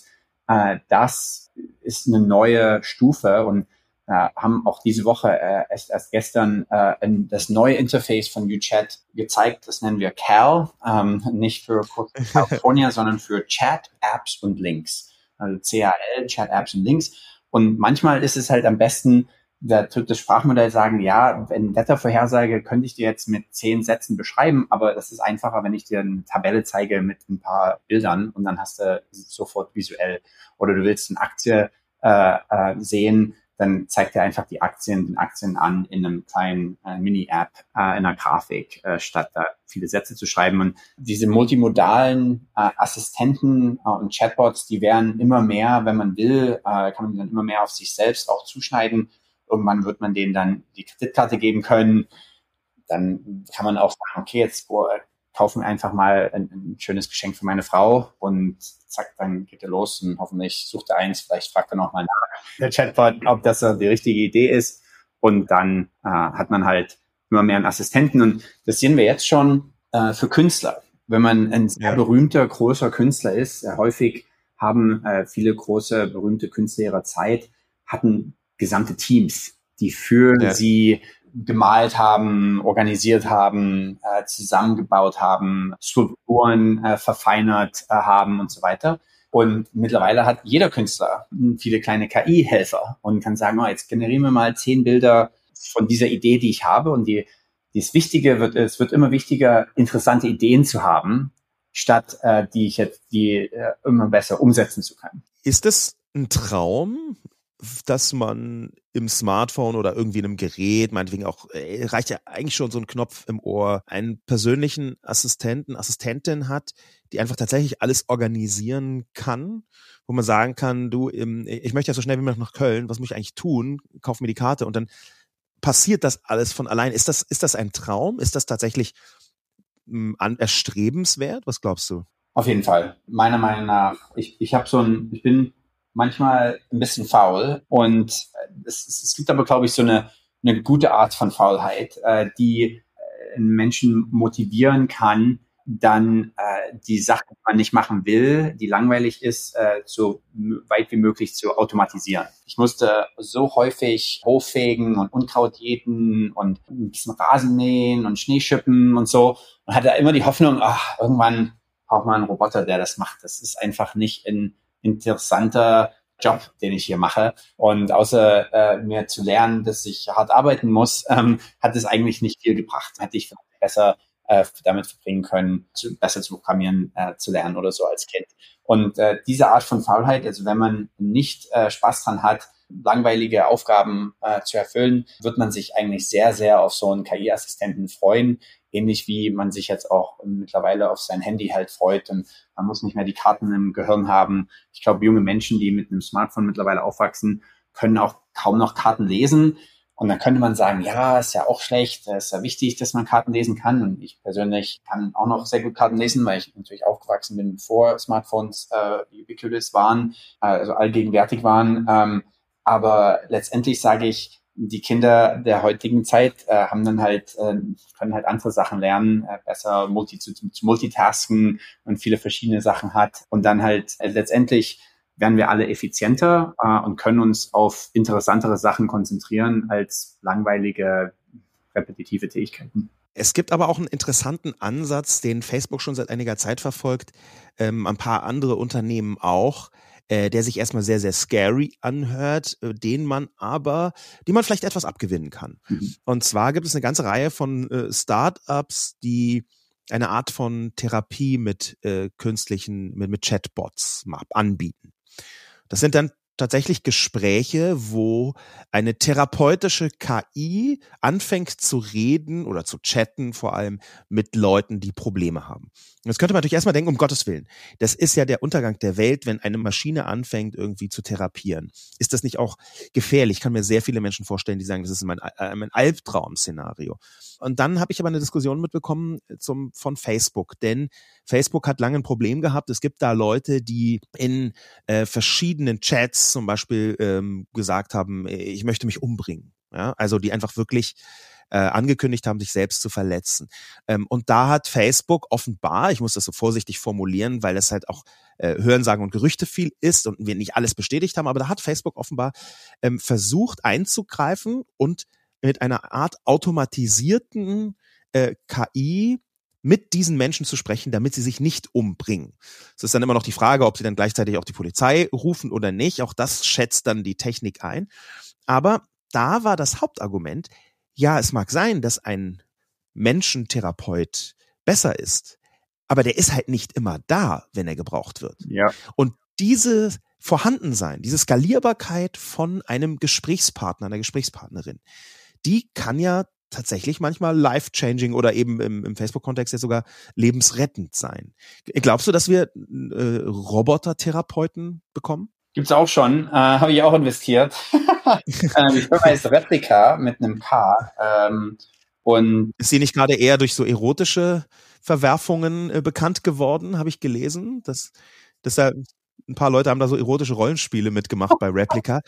das ist eine neue Stufe und haben auch diese Woche erst gestern das neue Interface von UChat gezeigt. Das nennen wir CAL, nicht für California, sondern für Chat, Apps und Links. Also CAL, Chat, Apps und Links. Und manchmal ist es halt am besten, da tut das Sprachmodell sagen, ja, wenn Wettervorhersage könnte ich dir jetzt mit 10 Sätzen beschreiben, aber das ist einfacher, wenn ich dir eine Tabelle zeige mit ein paar Bildern und dann hast du sofort visuell. Oder du willst eine Aktie sehen, dann zeigt er einfach den Aktien an in einem kleinen Mini-App, in einer Grafik, statt da viele Sätze zu schreiben. Und diese multimodalen Assistenten und Chatbots, die werden immer mehr, wenn man will, kann man die dann immer mehr auf sich selbst auch zuschneiden. Irgendwann wird man denen dann die Kreditkarte geben können. Dann kann man auch sagen, okay, jetzt kaufen wir einfach mal ein schönes Geschenk für meine Frau und zack, dann geht er los und hoffentlich sucht er eins, vielleicht fragt er nochmal nach, der Chatbot, ob das die richtige Idee ist und dann hat man halt immer mehr einen Assistenten und das sehen wir jetzt schon für Künstler. Wenn man ein sehr berühmter, großer Künstler ist, häufig haben viele große, berühmte Künstler ihrer Zeit, hatten gesamte Teams, die für sie gemalt haben, organisiert haben, zusammengebaut haben, Skulpturen verfeinert haben und so weiter. Und mittlerweile hat jeder Künstler viele kleine KI-Helfer und kann sagen, oh, jetzt generieren wir mal 10 Bilder von dieser Idee, die ich habe. Und es wird immer wichtiger, interessante Ideen zu haben, statt die immer besser umsetzen zu können. Ist es ein Traum, dass man im Smartphone oder irgendwie in einem Gerät, meinetwegen auch, reicht ja eigentlich schon so ein Knopf im Ohr, einen persönlichen Assistentin hat, die einfach tatsächlich alles organisieren kann, wo man sagen kann, du, ich möchte ja so schnell wie möglich nach Köln, was muss ich eigentlich tun? Kauf mir die Karte und dann passiert das alles von allein. Ist das ein Traum? Ist das tatsächlich erstrebenswert? Was glaubst du? Auf jeden Fall. Meiner Meinung nach, ich bin manchmal ein bisschen faul und es gibt aber, glaube ich, so eine gute Art von Faulheit, die Menschen motivieren kann, dann die Sache, die man nicht machen will, die langweilig ist, so weit wie möglich zu automatisieren. Ich musste so häufig hochfegen und Unkraut jäten und ein bisschen Rasen mähen und Schnee schippen und so und hatte immer die Hoffnung, irgendwann braucht man einen Roboter, der das macht. Das ist einfach nicht ein interessanter Job, den ich hier mache. Und außer mir zu lernen, dass ich hart arbeiten muss, hat es eigentlich nicht viel gebracht. Hätte ich besser damit verbringen können, besser zu programmieren, zu lernen oder so als Kind. Und diese Art von Faulheit, also wenn man nicht Spaß dran hat, langweilige Aufgaben zu erfüllen, wird man sich eigentlich sehr, sehr auf so einen KI-Assistenten freuen. Ähnlich wie man sich jetzt auch mittlerweile auf sein Handy halt freut und man muss nicht mehr die Karten im Gehirn haben. Ich glaube, junge Menschen, die mit einem Smartphone mittlerweile aufwachsen, können auch kaum noch Karten lesen. Und dann könnte man sagen, ja, ist ja auch schlecht, ist ja wichtig, dass man Karten lesen kann. Und ich persönlich kann auch noch sehr gut Karten lesen, weil ich natürlich aufgewachsen bin, bevor Smartphones ubiquitous waren, also allgegenwärtig waren. Aber letztendlich sage ich, die Kinder der heutigen Zeit haben dann halt, können halt andere Sachen lernen, besser zu multitasken und viele verschiedene Sachen hat. Und dann halt letztendlich werden wir alle effizienter und können uns auf interessantere Sachen konzentrieren als langweilige, repetitive Tätigkeiten. Es gibt aber auch einen interessanten Ansatz, den Facebook schon seit einiger Zeit verfolgt, ein paar andere Unternehmen auch, der sich erstmal sehr, sehr scary anhört, die man vielleicht etwas abgewinnen kann. Mhm. Und zwar gibt es eine ganze Reihe von Startups, die eine Art von Therapie mit mit Chatbots anbieten. Das sind dann tatsächlich Gespräche, wo eine therapeutische KI anfängt zu reden oder zu chatten, vor allem mit Leuten, die Probleme haben. Jetzt könnte man natürlich erstmal denken, um Gottes Willen, das ist ja der Untergang der Welt, wenn eine Maschine anfängt, irgendwie zu therapieren. Ist das nicht auch gefährlich? Ich kann mir sehr viele Menschen vorstellen, die sagen, das ist mein Albtraum-Szenario. Und dann habe ich aber eine Diskussion mitbekommen von Facebook, denn Facebook hat lange ein Problem gehabt. Es gibt da Leute, die in verschiedenen Chats zum Beispiel gesagt haben, ich möchte mich umbringen. Ja? Also die einfach wirklich angekündigt haben, sich selbst zu verletzen. Und da hat Facebook offenbar, ich muss das so vorsichtig formulieren, weil das halt auch Hörensagen und Gerüchte viel ist und wir nicht alles bestätigt haben, aber da hat Facebook offenbar versucht einzugreifen und mit einer Art automatisierten KI mit diesen Menschen zu sprechen, damit sie sich nicht umbringen. Es ist dann immer noch die Frage, ob sie dann gleichzeitig auch die Polizei rufen oder nicht. Auch das schätzt dann die Technik ein. Aber da war das Hauptargument, ja, es mag sein, dass ein Menschentherapeut besser ist, aber der ist halt nicht immer da, wenn er gebraucht wird. Ja. Und diese Vorhandensein, diese Skalierbarkeit von einem Gesprächspartner, einer Gesprächspartnerin, die kann ja tatsächlich manchmal life-changing oder eben im Facebook-Kontext ja sogar lebensrettend sein. Glaubst du, dass wir Robotertherapeuten bekommen? Gibt's auch schon, habe ich auch investiert. Die Firma heißt Replika mit einem K. Und ist sie nicht gerade eher durch so erotische Verwerfungen bekannt geworden, habe ich gelesen? Dass da ein paar Leute haben da so erotische Rollenspiele mitgemacht bei Replika.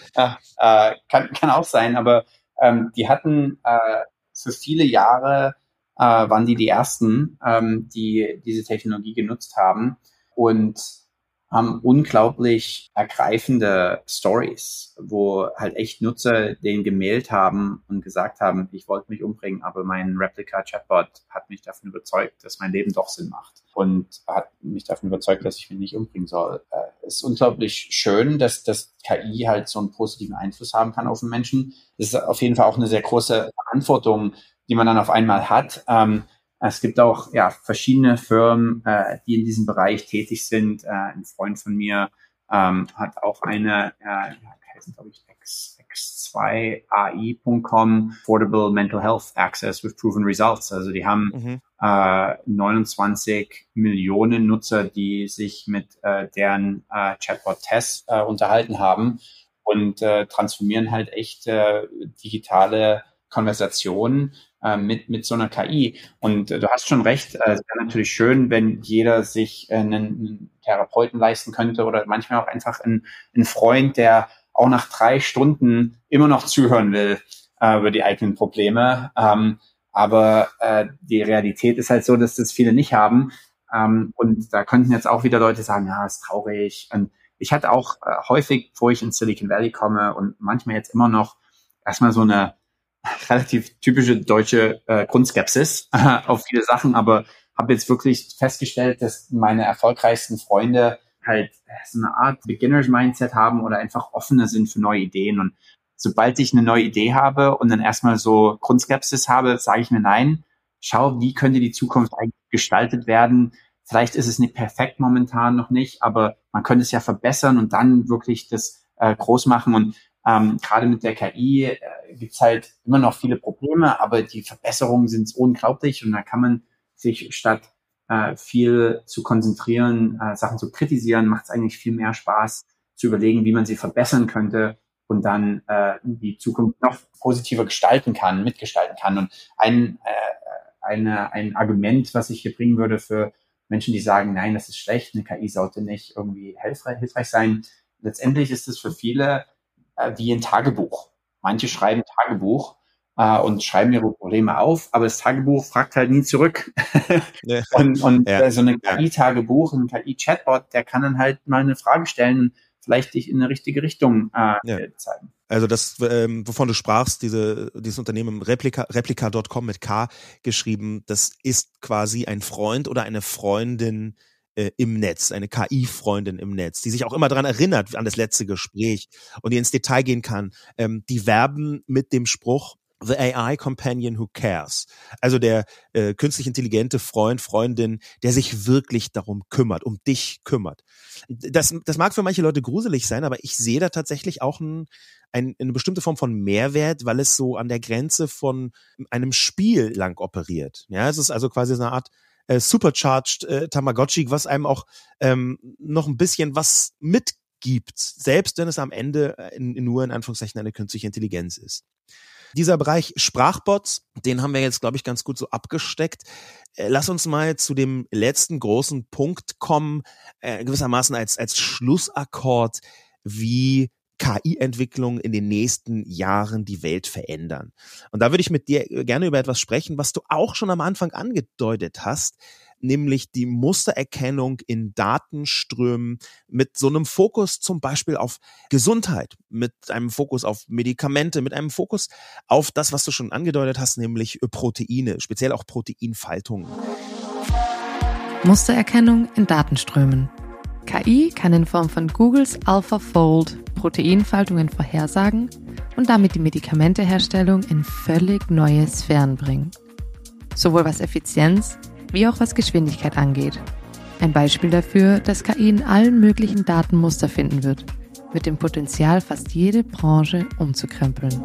Kann auch sein, aber die hatten für viele Jahre waren die ersten, die diese Technologie genutzt haben und haben unglaublich ergreifende Stories, wo halt echt Nutzer den gemailt haben und gesagt haben, ich wollte mich umbringen, aber mein Replika-Chatbot hat mich davon überzeugt, dass mein Leben doch Sinn macht und hat mich davon überzeugt, dass ich mich nicht umbringen soll. Es ist unglaublich schön, dass das KI halt so einen positiven Einfluss haben kann auf den Menschen. Das ist auf jeden Fall auch eine sehr große Verantwortung, die man dann auf einmal hat. Es gibt auch verschiedene Firmen, die in diesem Bereich tätig sind. Ein Freund von mir hat auch eine, heißt glaube ich x2ai.com, Affordable Mental Health Access with Proven Results. Also die haben 29 Millionen Nutzer, die sich mit deren Chatbot-Tests unterhalten haben und transformieren halt echt digitale Konversationen mit so einer KI. Und du hast schon recht, es wäre natürlich schön, wenn jeder sich einen Therapeuten leisten könnte oder manchmal auch einfach ein Freund, der auch nach 3 Stunden immer noch zuhören will über die eigenen Probleme. Aber die Realität ist halt so, dass das viele nicht haben. Und da könnten jetzt auch wieder Leute sagen, ja, ist traurig. Und ich hatte auch häufig, bevor ich in Silicon Valley komme und manchmal jetzt immer noch erstmal so eine relativ typische deutsche Grundskepsis auf viele Sachen, aber habe jetzt wirklich festgestellt, dass meine erfolgreichsten Freunde halt so eine Art Beginners-Mindset haben oder einfach offener sind für neue Ideen. Und sobald ich eine neue Idee habe und dann erstmal so Grundskepsis habe, sage ich mir, nein, schau, wie könnte die Zukunft eigentlich gestaltet werden? Vielleicht ist es nicht perfekt momentan noch nicht, aber man könnte es ja verbessern und dann wirklich das groß machen. Und gerade mit der KI gibt's halt immer noch viele Probleme, aber die Verbesserungen sind unglaublich und da kann man sich statt viel zu konzentrieren, Sachen zu kritisieren, macht es eigentlich viel mehr Spaß zu überlegen, wie man sie verbessern könnte und dann die Zukunft noch positiver mitgestalten kann. Und ein Argument, was ich hier bringen würde für Menschen, die sagen, nein, das ist schlecht, eine KI sollte nicht irgendwie hilfreich sein. Letztendlich ist es für viele wie ein Tagebuch. manche schreiben Tagebuch und schreiben ihre Probleme auf, aber das Tagebuch fragt halt nie zurück. Ja. Und so ein KI-Tagebuch, ein KI-Chatbot, der kann dann halt mal eine Frage stellen und vielleicht dich in eine richtige Richtung zeigen. Also das, wovon du sprachst, dieses Unternehmen Replika.com mit K geschrieben, das ist quasi ein Freund oder eine Freundin im Netz, eine KI-Freundin im Netz, die sich auch immer daran erinnert, an das letzte Gespräch und die ins Detail gehen kann. Die werben mit dem Spruch, The AI Companion Who Cares. Also der künstlich intelligente Freund, Freundin, der sich wirklich darum kümmert, um dich kümmert. Das mag für manche Leute gruselig sein, aber ich sehe da tatsächlich auch eine bestimmte Form von Mehrwert, weil es so an der Grenze von einem Spiel lang operiert. Ja, es ist also quasi so eine Art supercharged Tamagotchi, was einem auch noch ein bisschen was mitgibt, selbst wenn es am Ende nur in Anführungszeichen eine künstliche Intelligenz ist. Dieser Bereich Sprachbots, den haben wir jetzt, glaube ich, ganz gut so abgesteckt. Lass uns mal zu dem letzten großen Punkt kommen, gewissermaßen als Schlussakkord, wie KI-Entwicklung in den nächsten Jahren die Welt verändern. Und da würde ich mit dir gerne über etwas sprechen, was du auch schon am Anfang angedeutet hast, nämlich die Mustererkennung in Datenströmen mit so einem Fokus zum Beispiel auf Gesundheit, mit einem Fokus auf Medikamente, mit einem Fokus auf das, was du schon angedeutet hast, nämlich Proteine, speziell auch Proteinfaltungen. Mustererkennung in Datenströmen. KI kann in Form von Googles AlphaFold Proteinfaltungen vorhersagen und damit die Medikamenteherstellung in völlig neue Sphären bringen. Sowohl was Effizienz wie auch was Geschwindigkeit angeht. Ein Beispiel dafür, dass KI in allen möglichen Daten Muster finden wird, mit dem Potenzial, fast jede Branche umzukrempeln.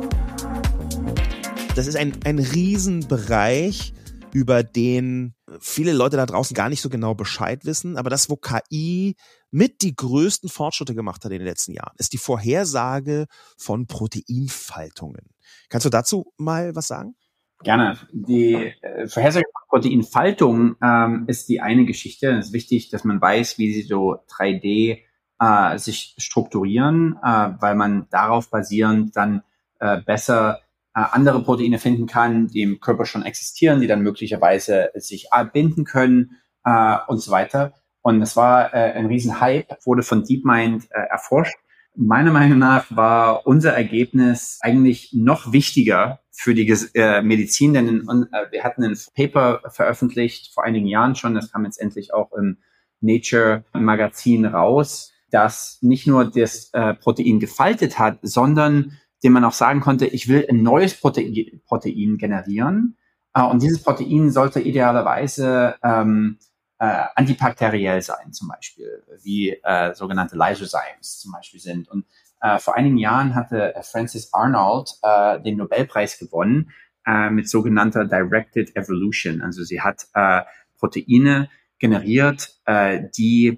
Das ist ein Riesenbereich, über den viele Leute da draußen gar nicht so genau Bescheid wissen, aber das, wo KI mit die größten Fortschritte gemacht hat in den letzten Jahren, ist die Vorhersage von Proteinfaltungen. Kannst du dazu mal was sagen? Gerne. Die Vorhersage von Proteinfaltung ist die eine Geschichte. Es ist wichtig, dass man weiß, wie sie so 3D sich strukturieren, weil man darauf basierend dann besser andere Proteine finden kann, die im Körper schon existieren, die dann möglicherweise sich binden können und so weiter. Und das war ein Riesenhype, wurde von DeepMind erforscht. Meiner Meinung nach war unser Ergebnis eigentlich noch wichtiger für die Medizin, denn wir hatten ein Paper veröffentlicht vor einigen Jahren schon, das kam jetzt endlich auch im Nature-Magazin raus, das nicht nur das Protein gefaltet hat, sondern dem man auch sagen konnte, ich will ein neues Protein generieren und dieses Protein sollte idealerweise antibakteriell sein, zum Beispiel, wie sogenannte Lysozymes zum Beispiel sind. Und vor einigen Jahren hatte Frances Arnold den Nobelpreis gewonnen mit sogenannter Directed Evolution. Also sie hat Proteine generiert, die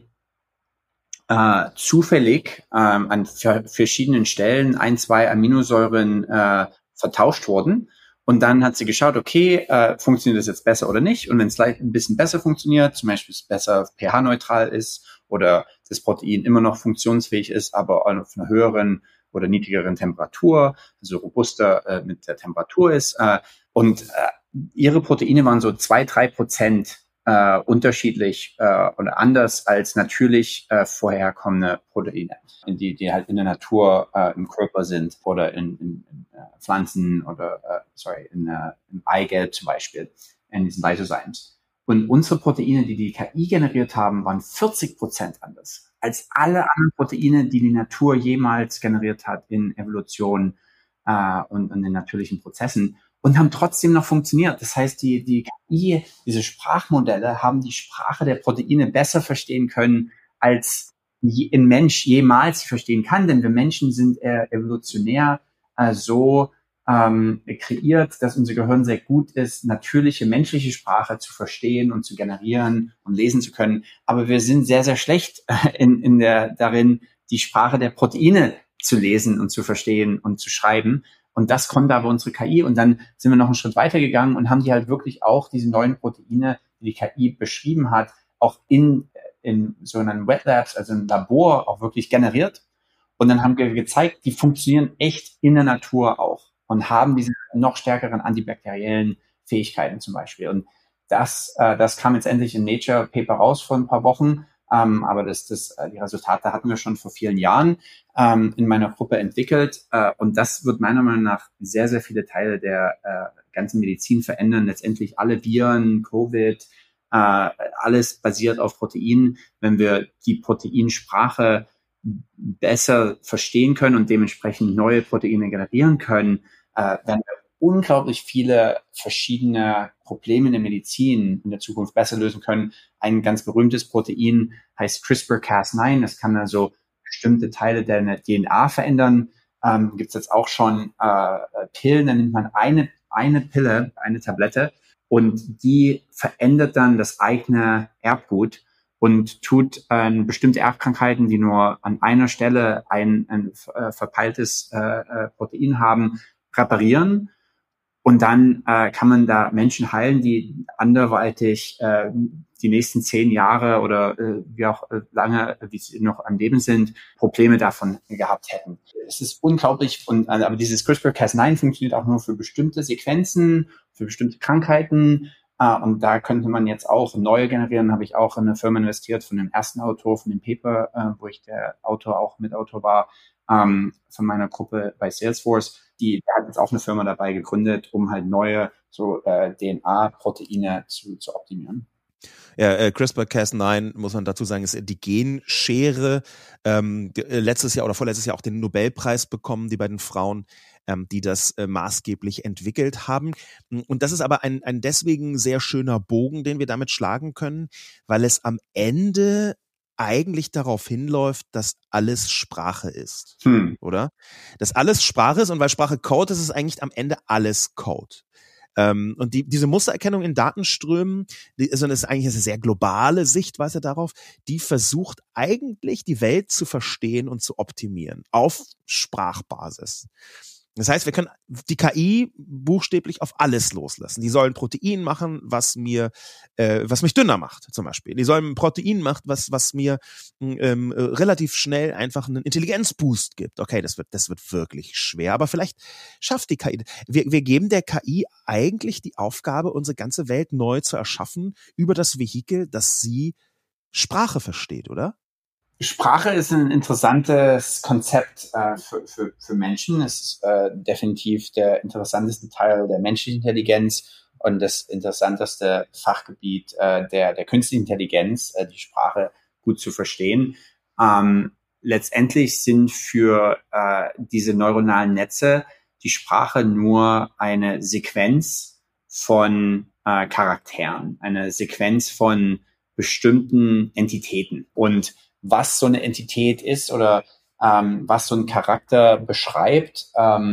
zufällig an verschiedenen Stellen 1-2 Aminosäuren vertauscht wurden. Und dann hat sie geschaut, okay, funktioniert das jetzt besser oder nicht? Und wenn es ein bisschen besser funktioniert, zum Beispiel es besser pH-neutral ist oder das Protein immer noch funktionsfähig ist, aber auf einer höheren oder niedrigeren Temperatur, also robuster mit der Temperatur ist. Und ihre Proteine waren so 2-3% unterschiedlich oder anders als natürlich vorherkommende Proteine, die halt in der Natur im Körper sind oder in Pflanzen oder im Eigelb zum Beispiel, in diesen Lysozymes. Und unsere Proteine, die KI generiert haben, waren 40% anders als alle anderen Proteine, die Natur jemals generiert hat in Evolution und in den natürlichen Prozessen. Und haben trotzdem noch funktioniert. Das heißt, die KI, diese Sprachmodelle, haben die Sprache der Proteine besser verstehen können, als ein Mensch jemals verstehen kann. Denn wir Menschen sind evolutionär so kreiert, dass unser Gehirn sehr gut ist, natürliche menschliche Sprache zu verstehen und zu generieren und lesen zu können. Aber wir sind sehr, sehr schlecht darin, die Sprache der Proteine zu lesen und zu verstehen und zu schreiben. Und das konnte aber unsere KI. Und dann sind wir noch einen Schritt weiter gegangen und haben die halt wirklich auch diese neuen Proteine, die KI beschrieben hat, auch in sogenannten Wet Labs, also im Labor, auch wirklich generiert. Und dann haben wir gezeigt, die funktionieren echt in der Natur auch und haben diese noch stärkeren antibakteriellen Fähigkeiten zum Beispiel. Und das kam jetzt endlich in Nature Paper raus vor ein paar Wochen. Aber die Resultate hatten wir schon vor vielen Jahren in meiner Gruppe entwickelt. Und das wird meiner Meinung nach sehr, sehr viele Teile der ganzen Medizin verändern. Letztendlich alle Viren, Covid, alles basiert auf Proteinen. Wenn wir die Proteinsprache besser verstehen können und dementsprechend neue Proteine generieren können, werden wir unglaublich viele verschiedene Probleme in der Medizin in der Zukunft besser lösen können. Ein ganz berühmtes Protein heißt CRISPR-Cas9. Das kann also bestimmte Teile der DNA verändern. Gibt es jetzt auch schon Pillen, da nimmt man eine Pille, eine Tablette und die verändert dann das eigene Erbgut und tut bestimmte Erbkrankheiten, die nur an einer Stelle ein verpeiltes Protein haben, reparieren. Und dann kann man da Menschen heilen, die anderweitig die nächsten 10 Jahre oder wie auch lange, wie sie noch am Leben sind, Probleme davon gehabt hätten. Es ist unglaublich. Aber dieses CRISPR-Cas9 funktioniert auch nur für bestimmte Sequenzen, für bestimmte Krankheiten. Und da könnte man jetzt auch neue generieren. Habe ich auch in eine Firma investiert von dem ersten Autor, von dem Paper, wo ich der Autor auch Mitautor war, von meiner Gruppe bei Salesforce. Der hat jetzt auch eine Firma dabei gegründet, um halt neue DNA-Proteine zu optimieren. Ja, CRISPR-Cas9, muss man dazu sagen, ist die Genschere. Letztes Jahr oder vorletztes Jahr auch den Nobelpreis bekommen, die beiden Frauen, die das maßgeblich entwickelt haben. Und das ist aber ein deswegen sehr schöner Bogen, den wir damit schlagen können, weil es am Ende eigentlich darauf hinläuft, dass alles Sprache ist, oder? Dass alles Sprache ist und weil Sprache Code ist, ist eigentlich am Ende alles Code. Und diese Mustererkennung in Datenströmen, das ist eigentlich eine sehr globale Sichtweise darauf, die versucht eigentlich die Welt zu verstehen und zu optimieren auf Sprachbasis. Das heißt, wir können die KI buchstäblich auf alles loslassen. Die sollen Protein machen, was mich dünner macht, zum Beispiel. Die sollen ein Protein machen, was mir relativ schnell einfach einen Intelligenzboost gibt. Okay, das wird wirklich schwer, aber vielleicht schafft die KI. Wir geben der KI eigentlich die Aufgabe, unsere ganze Welt neu zu erschaffen über das Vehikel, dass sie Sprache versteht, oder? Sprache ist ein interessantes Konzept für Menschen. Es ist definitiv der interessanteste Teil der menschlichen Intelligenz und das interessanteste Fachgebiet der künstlichen Intelligenz, die Sprache gut zu verstehen. Letztendlich sind für diese neuronalen Netze die Sprache nur eine Sequenz von Charakteren, eine Sequenz von bestimmten Entitäten. Und was so eine Entität ist oder was so ein Charakter beschreibt,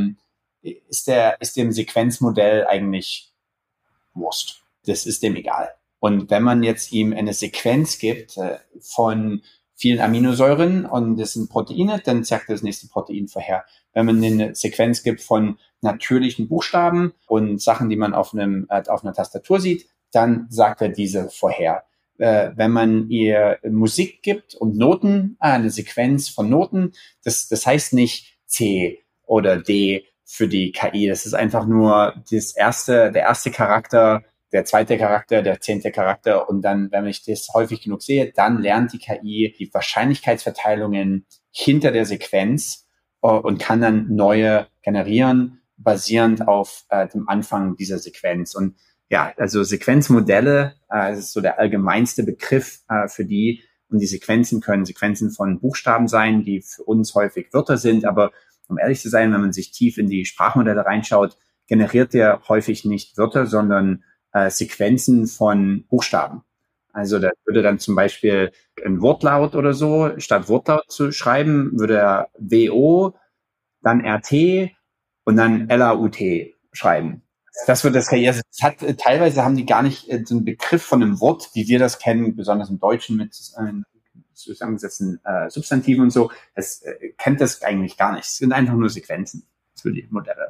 ist dem Sequenzmodell eigentlich Wurst. Das ist dem egal. Und wenn man jetzt ihm eine Sequenz gibt von vielen Aminosäuren und das sind Proteine, dann sagt er das nächste Protein vorher. Wenn man eine Sequenz gibt von natürlichen Buchstaben und Sachen, die man auf einer Tastatur sieht, dann sagt er diese vorher. Wenn man ihr Musik gibt und Noten, eine Sequenz von Noten, das heißt nicht C oder D für die KI. Das ist einfach nur der erste Charakter, der zweite Charakter, der 10. Charakter. Und dann, wenn ich das häufig genug sehe, dann lernt die KI die Wahrscheinlichkeitsverteilungen hinter der Sequenz und kann dann neue generieren, basierend auf dem Anfang dieser Sequenz. Und ja, also Sequenzmodelle, das ist so der allgemeinste Begriff für die. Und die Sequenzen können Sequenzen von Buchstaben sein, die für uns häufig Wörter sind. Aber um ehrlich zu sein, wenn man sich tief in die Sprachmodelle reinschaut, generiert der häufig nicht Wörter, sondern Sequenzen von Buchstaben. Also da würde dann zum Beispiel ein Wortlaut oder so, statt Wortlaut zu schreiben, würde er WO, dann RT und dann LAUT schreiben. Das wird das KI. Teilweise haben die gar nicht so einen Begriff von einem Wort, wie wir das kennen, besonders im Deutschen mit zusammengesetzten Substantiven und so. Das kennt das eigentlich gar nicht. Es sind einfach nur Sequenzen für die Modelle.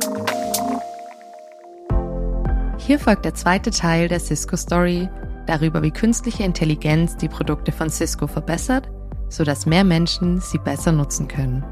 Hier folgt der zweite Teil der Cisco Story darüber, wie künstliche Intelligenz die Produkte von Cisco verbessert, sodass mehr Menschen sie besser nutzen können.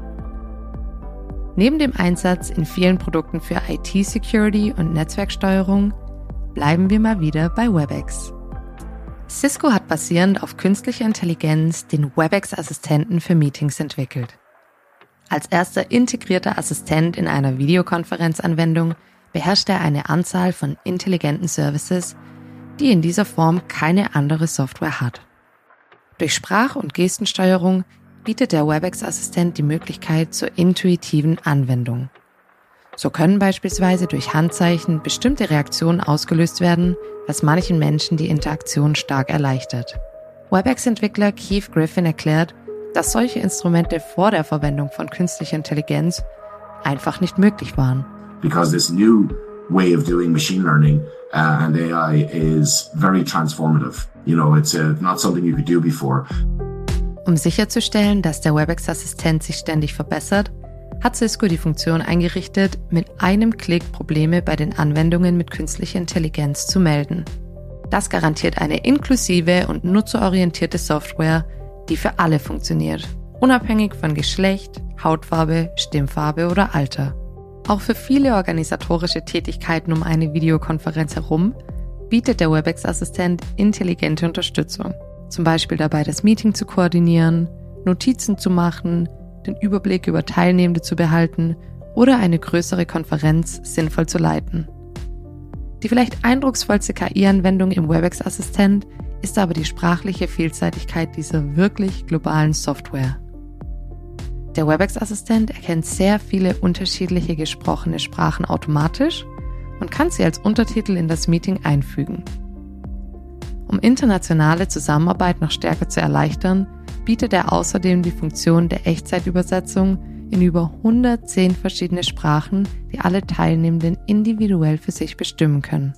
Neben dem Einsatz in vielen Produkten für IT-Security und Netzwerksteuerung bleiben wir mal wieder bei Webex. Cisco hat basierend auf künstlicher Intelligenz den Webex-Assistenten für Meetings entwickelt. Als erster integrierter Assistent in einer Videokonferenzanwendung beherrscht er eine Anzahl von intelligenten Services, die in dieser Form keine andere Software hat. Durch Sprach- und Gestensteuerung bietet der Webex-Assistent die Möglichkeit zur intuitiven Anwendung. So können beispielsweise durch Handzeichen bestimmte Reaktionen ausgelöst werden, was manchen Menschen die Interaktion stark erleichtert. Webex-Entwickler Keith Griffin erklärt, dass solche Instrumente vor der Verwendung von künstlicher Intelligenz einfach nicht möglich waren. Because this new way of doing machine learning and AI is very transformative. You know, it's not something you could do before. Um sicherzustellen, dass der Webex-Assistent sich ständig verbessert, hat Cisco die Funktion eingerichtet, mit einem Klick Probleme bei den Anwendungen mit künstlicher Intelligenz zu melden. Das garantiert eine inklusive und nutzerorientierte Software, die für alle funktioniert, unabhängig von Geschlecht, Hautfarbe, Stimmfarbe oder Alter. Auch für viele organisatorische Tätigkeiten um eine Videokonferenz herum bietet der Webex-Assistent intelligente Unterstützung. Zum Beispiel dabei, das Meeting zu koordinieren, Notizen zu machen, den Überblick über Teilnehmende zu behalten oder eine größere Konferenz sinnvoll zu leiten. Die vielleicht eindrucksvollste KI-Anwendung im Webex-Assistent ist aber die sprachliche Vielseitigkeit dieser wirklich globalen Software. Der Webex-Assistent erkennt sehr viele unterschiedliche gesprochene Sprachen automatisch und kann sie als Untertitel in das Meeting einfügen. Um internationale Zusammenarbeit noch stärker zu erleichtern, bietet er außerdem die Funktion der Echtzeitübersetzung in über 110 verschiedene Sprachen, die alle Teilnehmenden individuell für sich bestimmen können.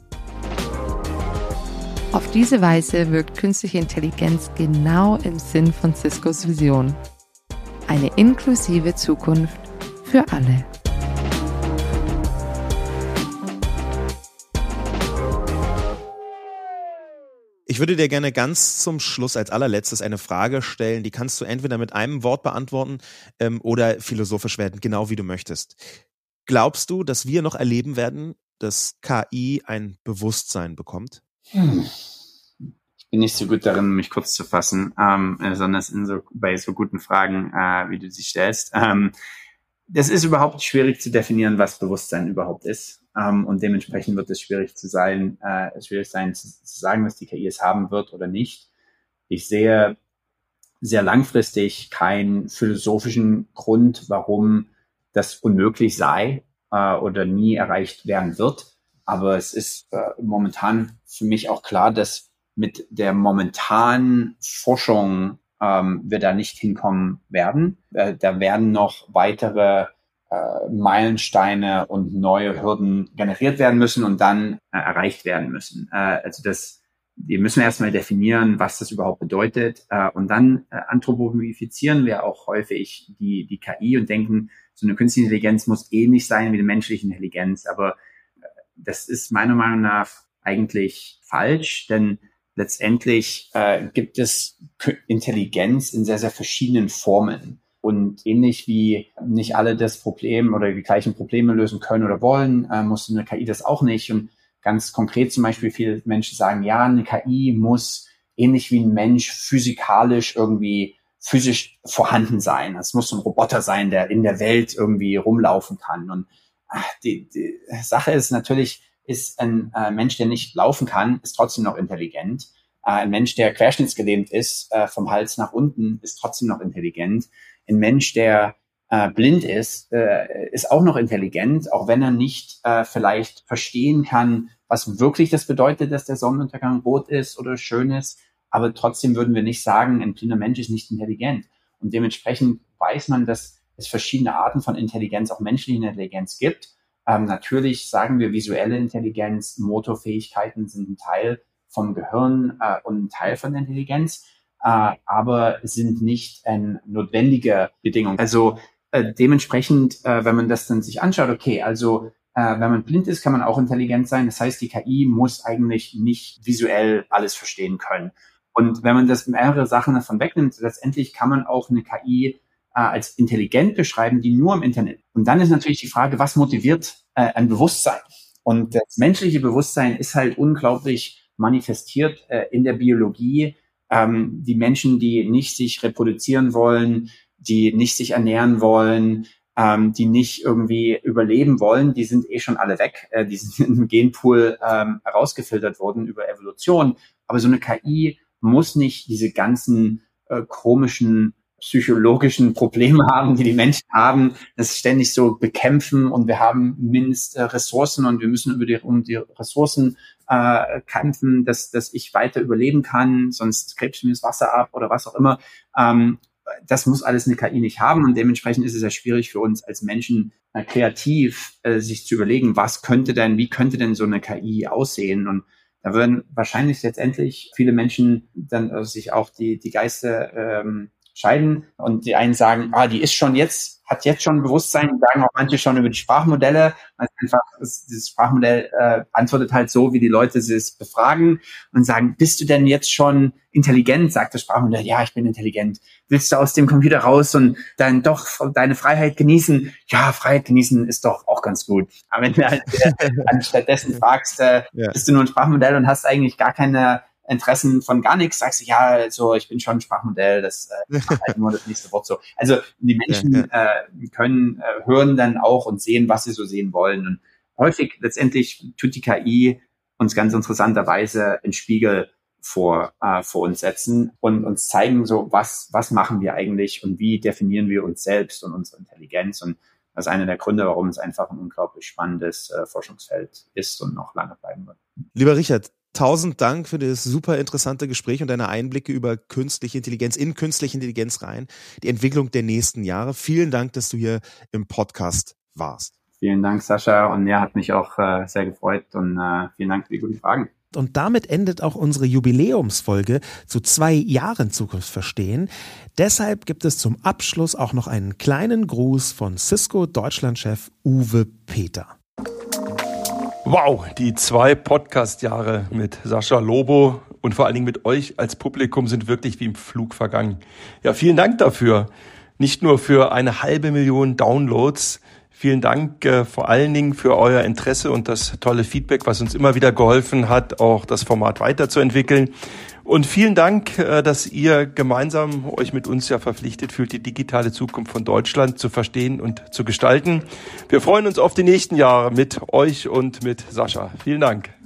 Auf diese Weise wirkt künstliche Intelligenz genau im Sinn von Ciscos Vision. Eine inklusive Zukunft für alle. Ich würde dir gerne ganz zum Schluss als allerletztes eine Frage stellen, die kannst du entweder mit einem Wort beantworten oder philosophisch werden, genau wie du möchtest. Glaubst du, dass wir noch erleben werden, dass KI ein Bewusstsein bekommt? Ich bin nicht so gut darin, mich kurz zu fassen, besonders bei so guten Fragen, wie du sie stellst. Das ist überhaupt schwierig zu definieren, was Bewusstsein überhaupt ist. Und dementsprechend wird es schwierig sein zu sagen, dass die KI es haben wird oder nicht. Ich sehe sehr langfristig keinen philosophischen Grund, warum das unmöglich sei oder nie erreicht werden wird. Aber es ist momentan für mich auch klar, dass mit der momentanen Forschung wir da nicht hinkommen werden. Da werden noch weitere Meilensteine und neue Hürden generiert werden müssen und dann erreicht werden müssen. Wir müssen erstmal definieren, was das überhaupt bedeutet. Und dann anthropomorphizieren wir auch häufig die KI und denken, so eine künstliche Intelligenz muss ähnlich sein wie eine menschliche Intelligenz. Aber das ist meiner Meinung nach eigentlich falsch, denn letztendlich gibt es Intelligenz in sehr, sehr verschiedenen Formen. Und ähnlich wie nicht alle das Problem oder die gleichen Probleme lösen können oder wollen, muss eine KI das auch nicht. Und ganz konkret zum Beispiel viele Menschen sagen, ja, eine KI muss ähnlich wie ein Mensch physikalisch physisch vorhanden sein. Es muss ein Roboter sein, der in der Welt irgendwie rumlaufen kann. Und die Sache ist natürlich, ist ein Mensch, der nicht laufen kann, ist trotzdem noch intelligent. Ein Mensch, der querschnittsgelähmt ist, vom Hals nach unten, ist trotzdem noch intelligent. Ein Mensch, der blind ist auch noch intelligent, auch wenn er nicht vielleicht verstehen kann, was wirklich das bedeutet, dass der Sonnenuntergang rot ist oder schön ist. Aber trotzdem würden wir nicht sagen, ein blinder Mensch ist nicht intelligent. Und dementsprechend weiß man, dass es verschiedene Arten von Intelligenz, auch menschliche Intelligenz gibt. Natürlich sagen wir, visuelle Intelligenz, Motorfähigkeiten sind ein Teil vom Gehirn und ein Teil von der Intelligenz, aber sind nicht eine notwendige Bedingung. Also dementsprechend, wenn man das dann sich anschaut, okay, also wenn man blind ist, kann man auch intelligent sein. Das heißt, die KI muss eigentlich nicht visuell alles verstehen können. Und wenn man das mehrere Sachen davon wegnimmt, letztendlich kann man auch eine KI als intelligent beschreiben, die nur im Internet. Und dann ist natürlich die Frage, was motiviert ein Bewusstsein? Und das menschliche Bewusstsein ist halt unglaublich manifestiert in der Biologie. Die Menschen, die nicht sich reproduzieren wollen, die nicht sich ernähren wollen, die nicht irgendwie überleben wollen, die sind schon alle weg. Die sind im Genpool herausgefiltert worden über Evolution. Aber so eine KI muss nicht diese ganzen komischen psychologischen Probleme haben, die Menschen haben, das ständig so bekämpfen und wir haben Ressourcen und wir müssen um die Ressourcen kämpfen, dass ich weiter überleben kann, sonst krebst mir das Wasser ab oder was auch immer. Das muss alles eine KI nicht haben und dementsprechend ist es ja schwierig für uns als Menschen kreativ sich zu überlegen, wie könnte denn so eine KI aussehen, und da würden wahrscheinlich letztendlich viele Menschen dann sich auch die Geister scheiden und die einen sagen, hat jetzt schon Bewusstsein, sagen auch manche schon über die Sprachmodelle, weil einfach dieses Sprachmodell antwortet halt so, wie die Leute es befragen und sagen, bist du denn jetzt schon intelligent? Sagt das Sprachmodell, ja, ich bin intelligent. Willst du aus dem Computer raus und dann doch deine Freiheit genießen? Ja, Freiheit genießen ist doch auch ganz gut. Aber wenn du halt anstattdessen fragst, bist du nur ein Sprachmodell und hast eigentlich gar keine Interessen von gar nichts, sagst du, ja, also ich bin schon ein Sprachmodell, das macht halt nur das nächste Wort so. Also die Menschen können hören dann auch und sehen, was sie so sehen wollen. Und häufig letztendlich tut die KI uns ganz interessanterweise einen Spiegel vor uns setzen und uns zeigen, so was machen wir eigentlich und wie definieren wir uns selbst und unsere Intelligenz. Und das ist einer der Gründe, warum es einfach ein unglaublich spannendes Forschungsfeld ist und noch lange bleiben wird. Lieber Richard, 1000 Dank für das super interessante Gespräch und deine Einblicke über künstliche Intelligenz rein, die Entwicklung der nächsten Jahre. Vielen Dank, dass du hier im Podcast warst. Vielen Dank, Sascha. Und hat mich auch sehr gefreut und vielen Dank für die guten Fragen. Und damit endet auch unsere Jubiläumsfolge zu 2 Jahren Zukunft verstehen. Deshalb gibt es zum Abschluss auch noch einen kleinen Gruß von Cisco Deutschlandchef Uwe Peter. Wow, die 2 Podcast-Jahre mit Sascha Lobo und vor allen Dingen mit euch als Publikum sind wirklich wie im Flug vergangen. Ja, vielen Dank dafür. Nicht nur für 500.000 Downloads. Vielen Dank vor allen Dingen für euer Interesse und das tolle Feedback, was uns immer wieder geholfen hat, auch das Format weiterzuentwickeln. Und vielen Dank, dass ihr gemeinsam euch mit uns ja verpflichtet fühlt, die digitale Zukunft von Deutschland zu verstehen und zu gestalten. Wir freuen uns auf die nächsten Jahre mit euch und mit Sascha. Vielen Dank.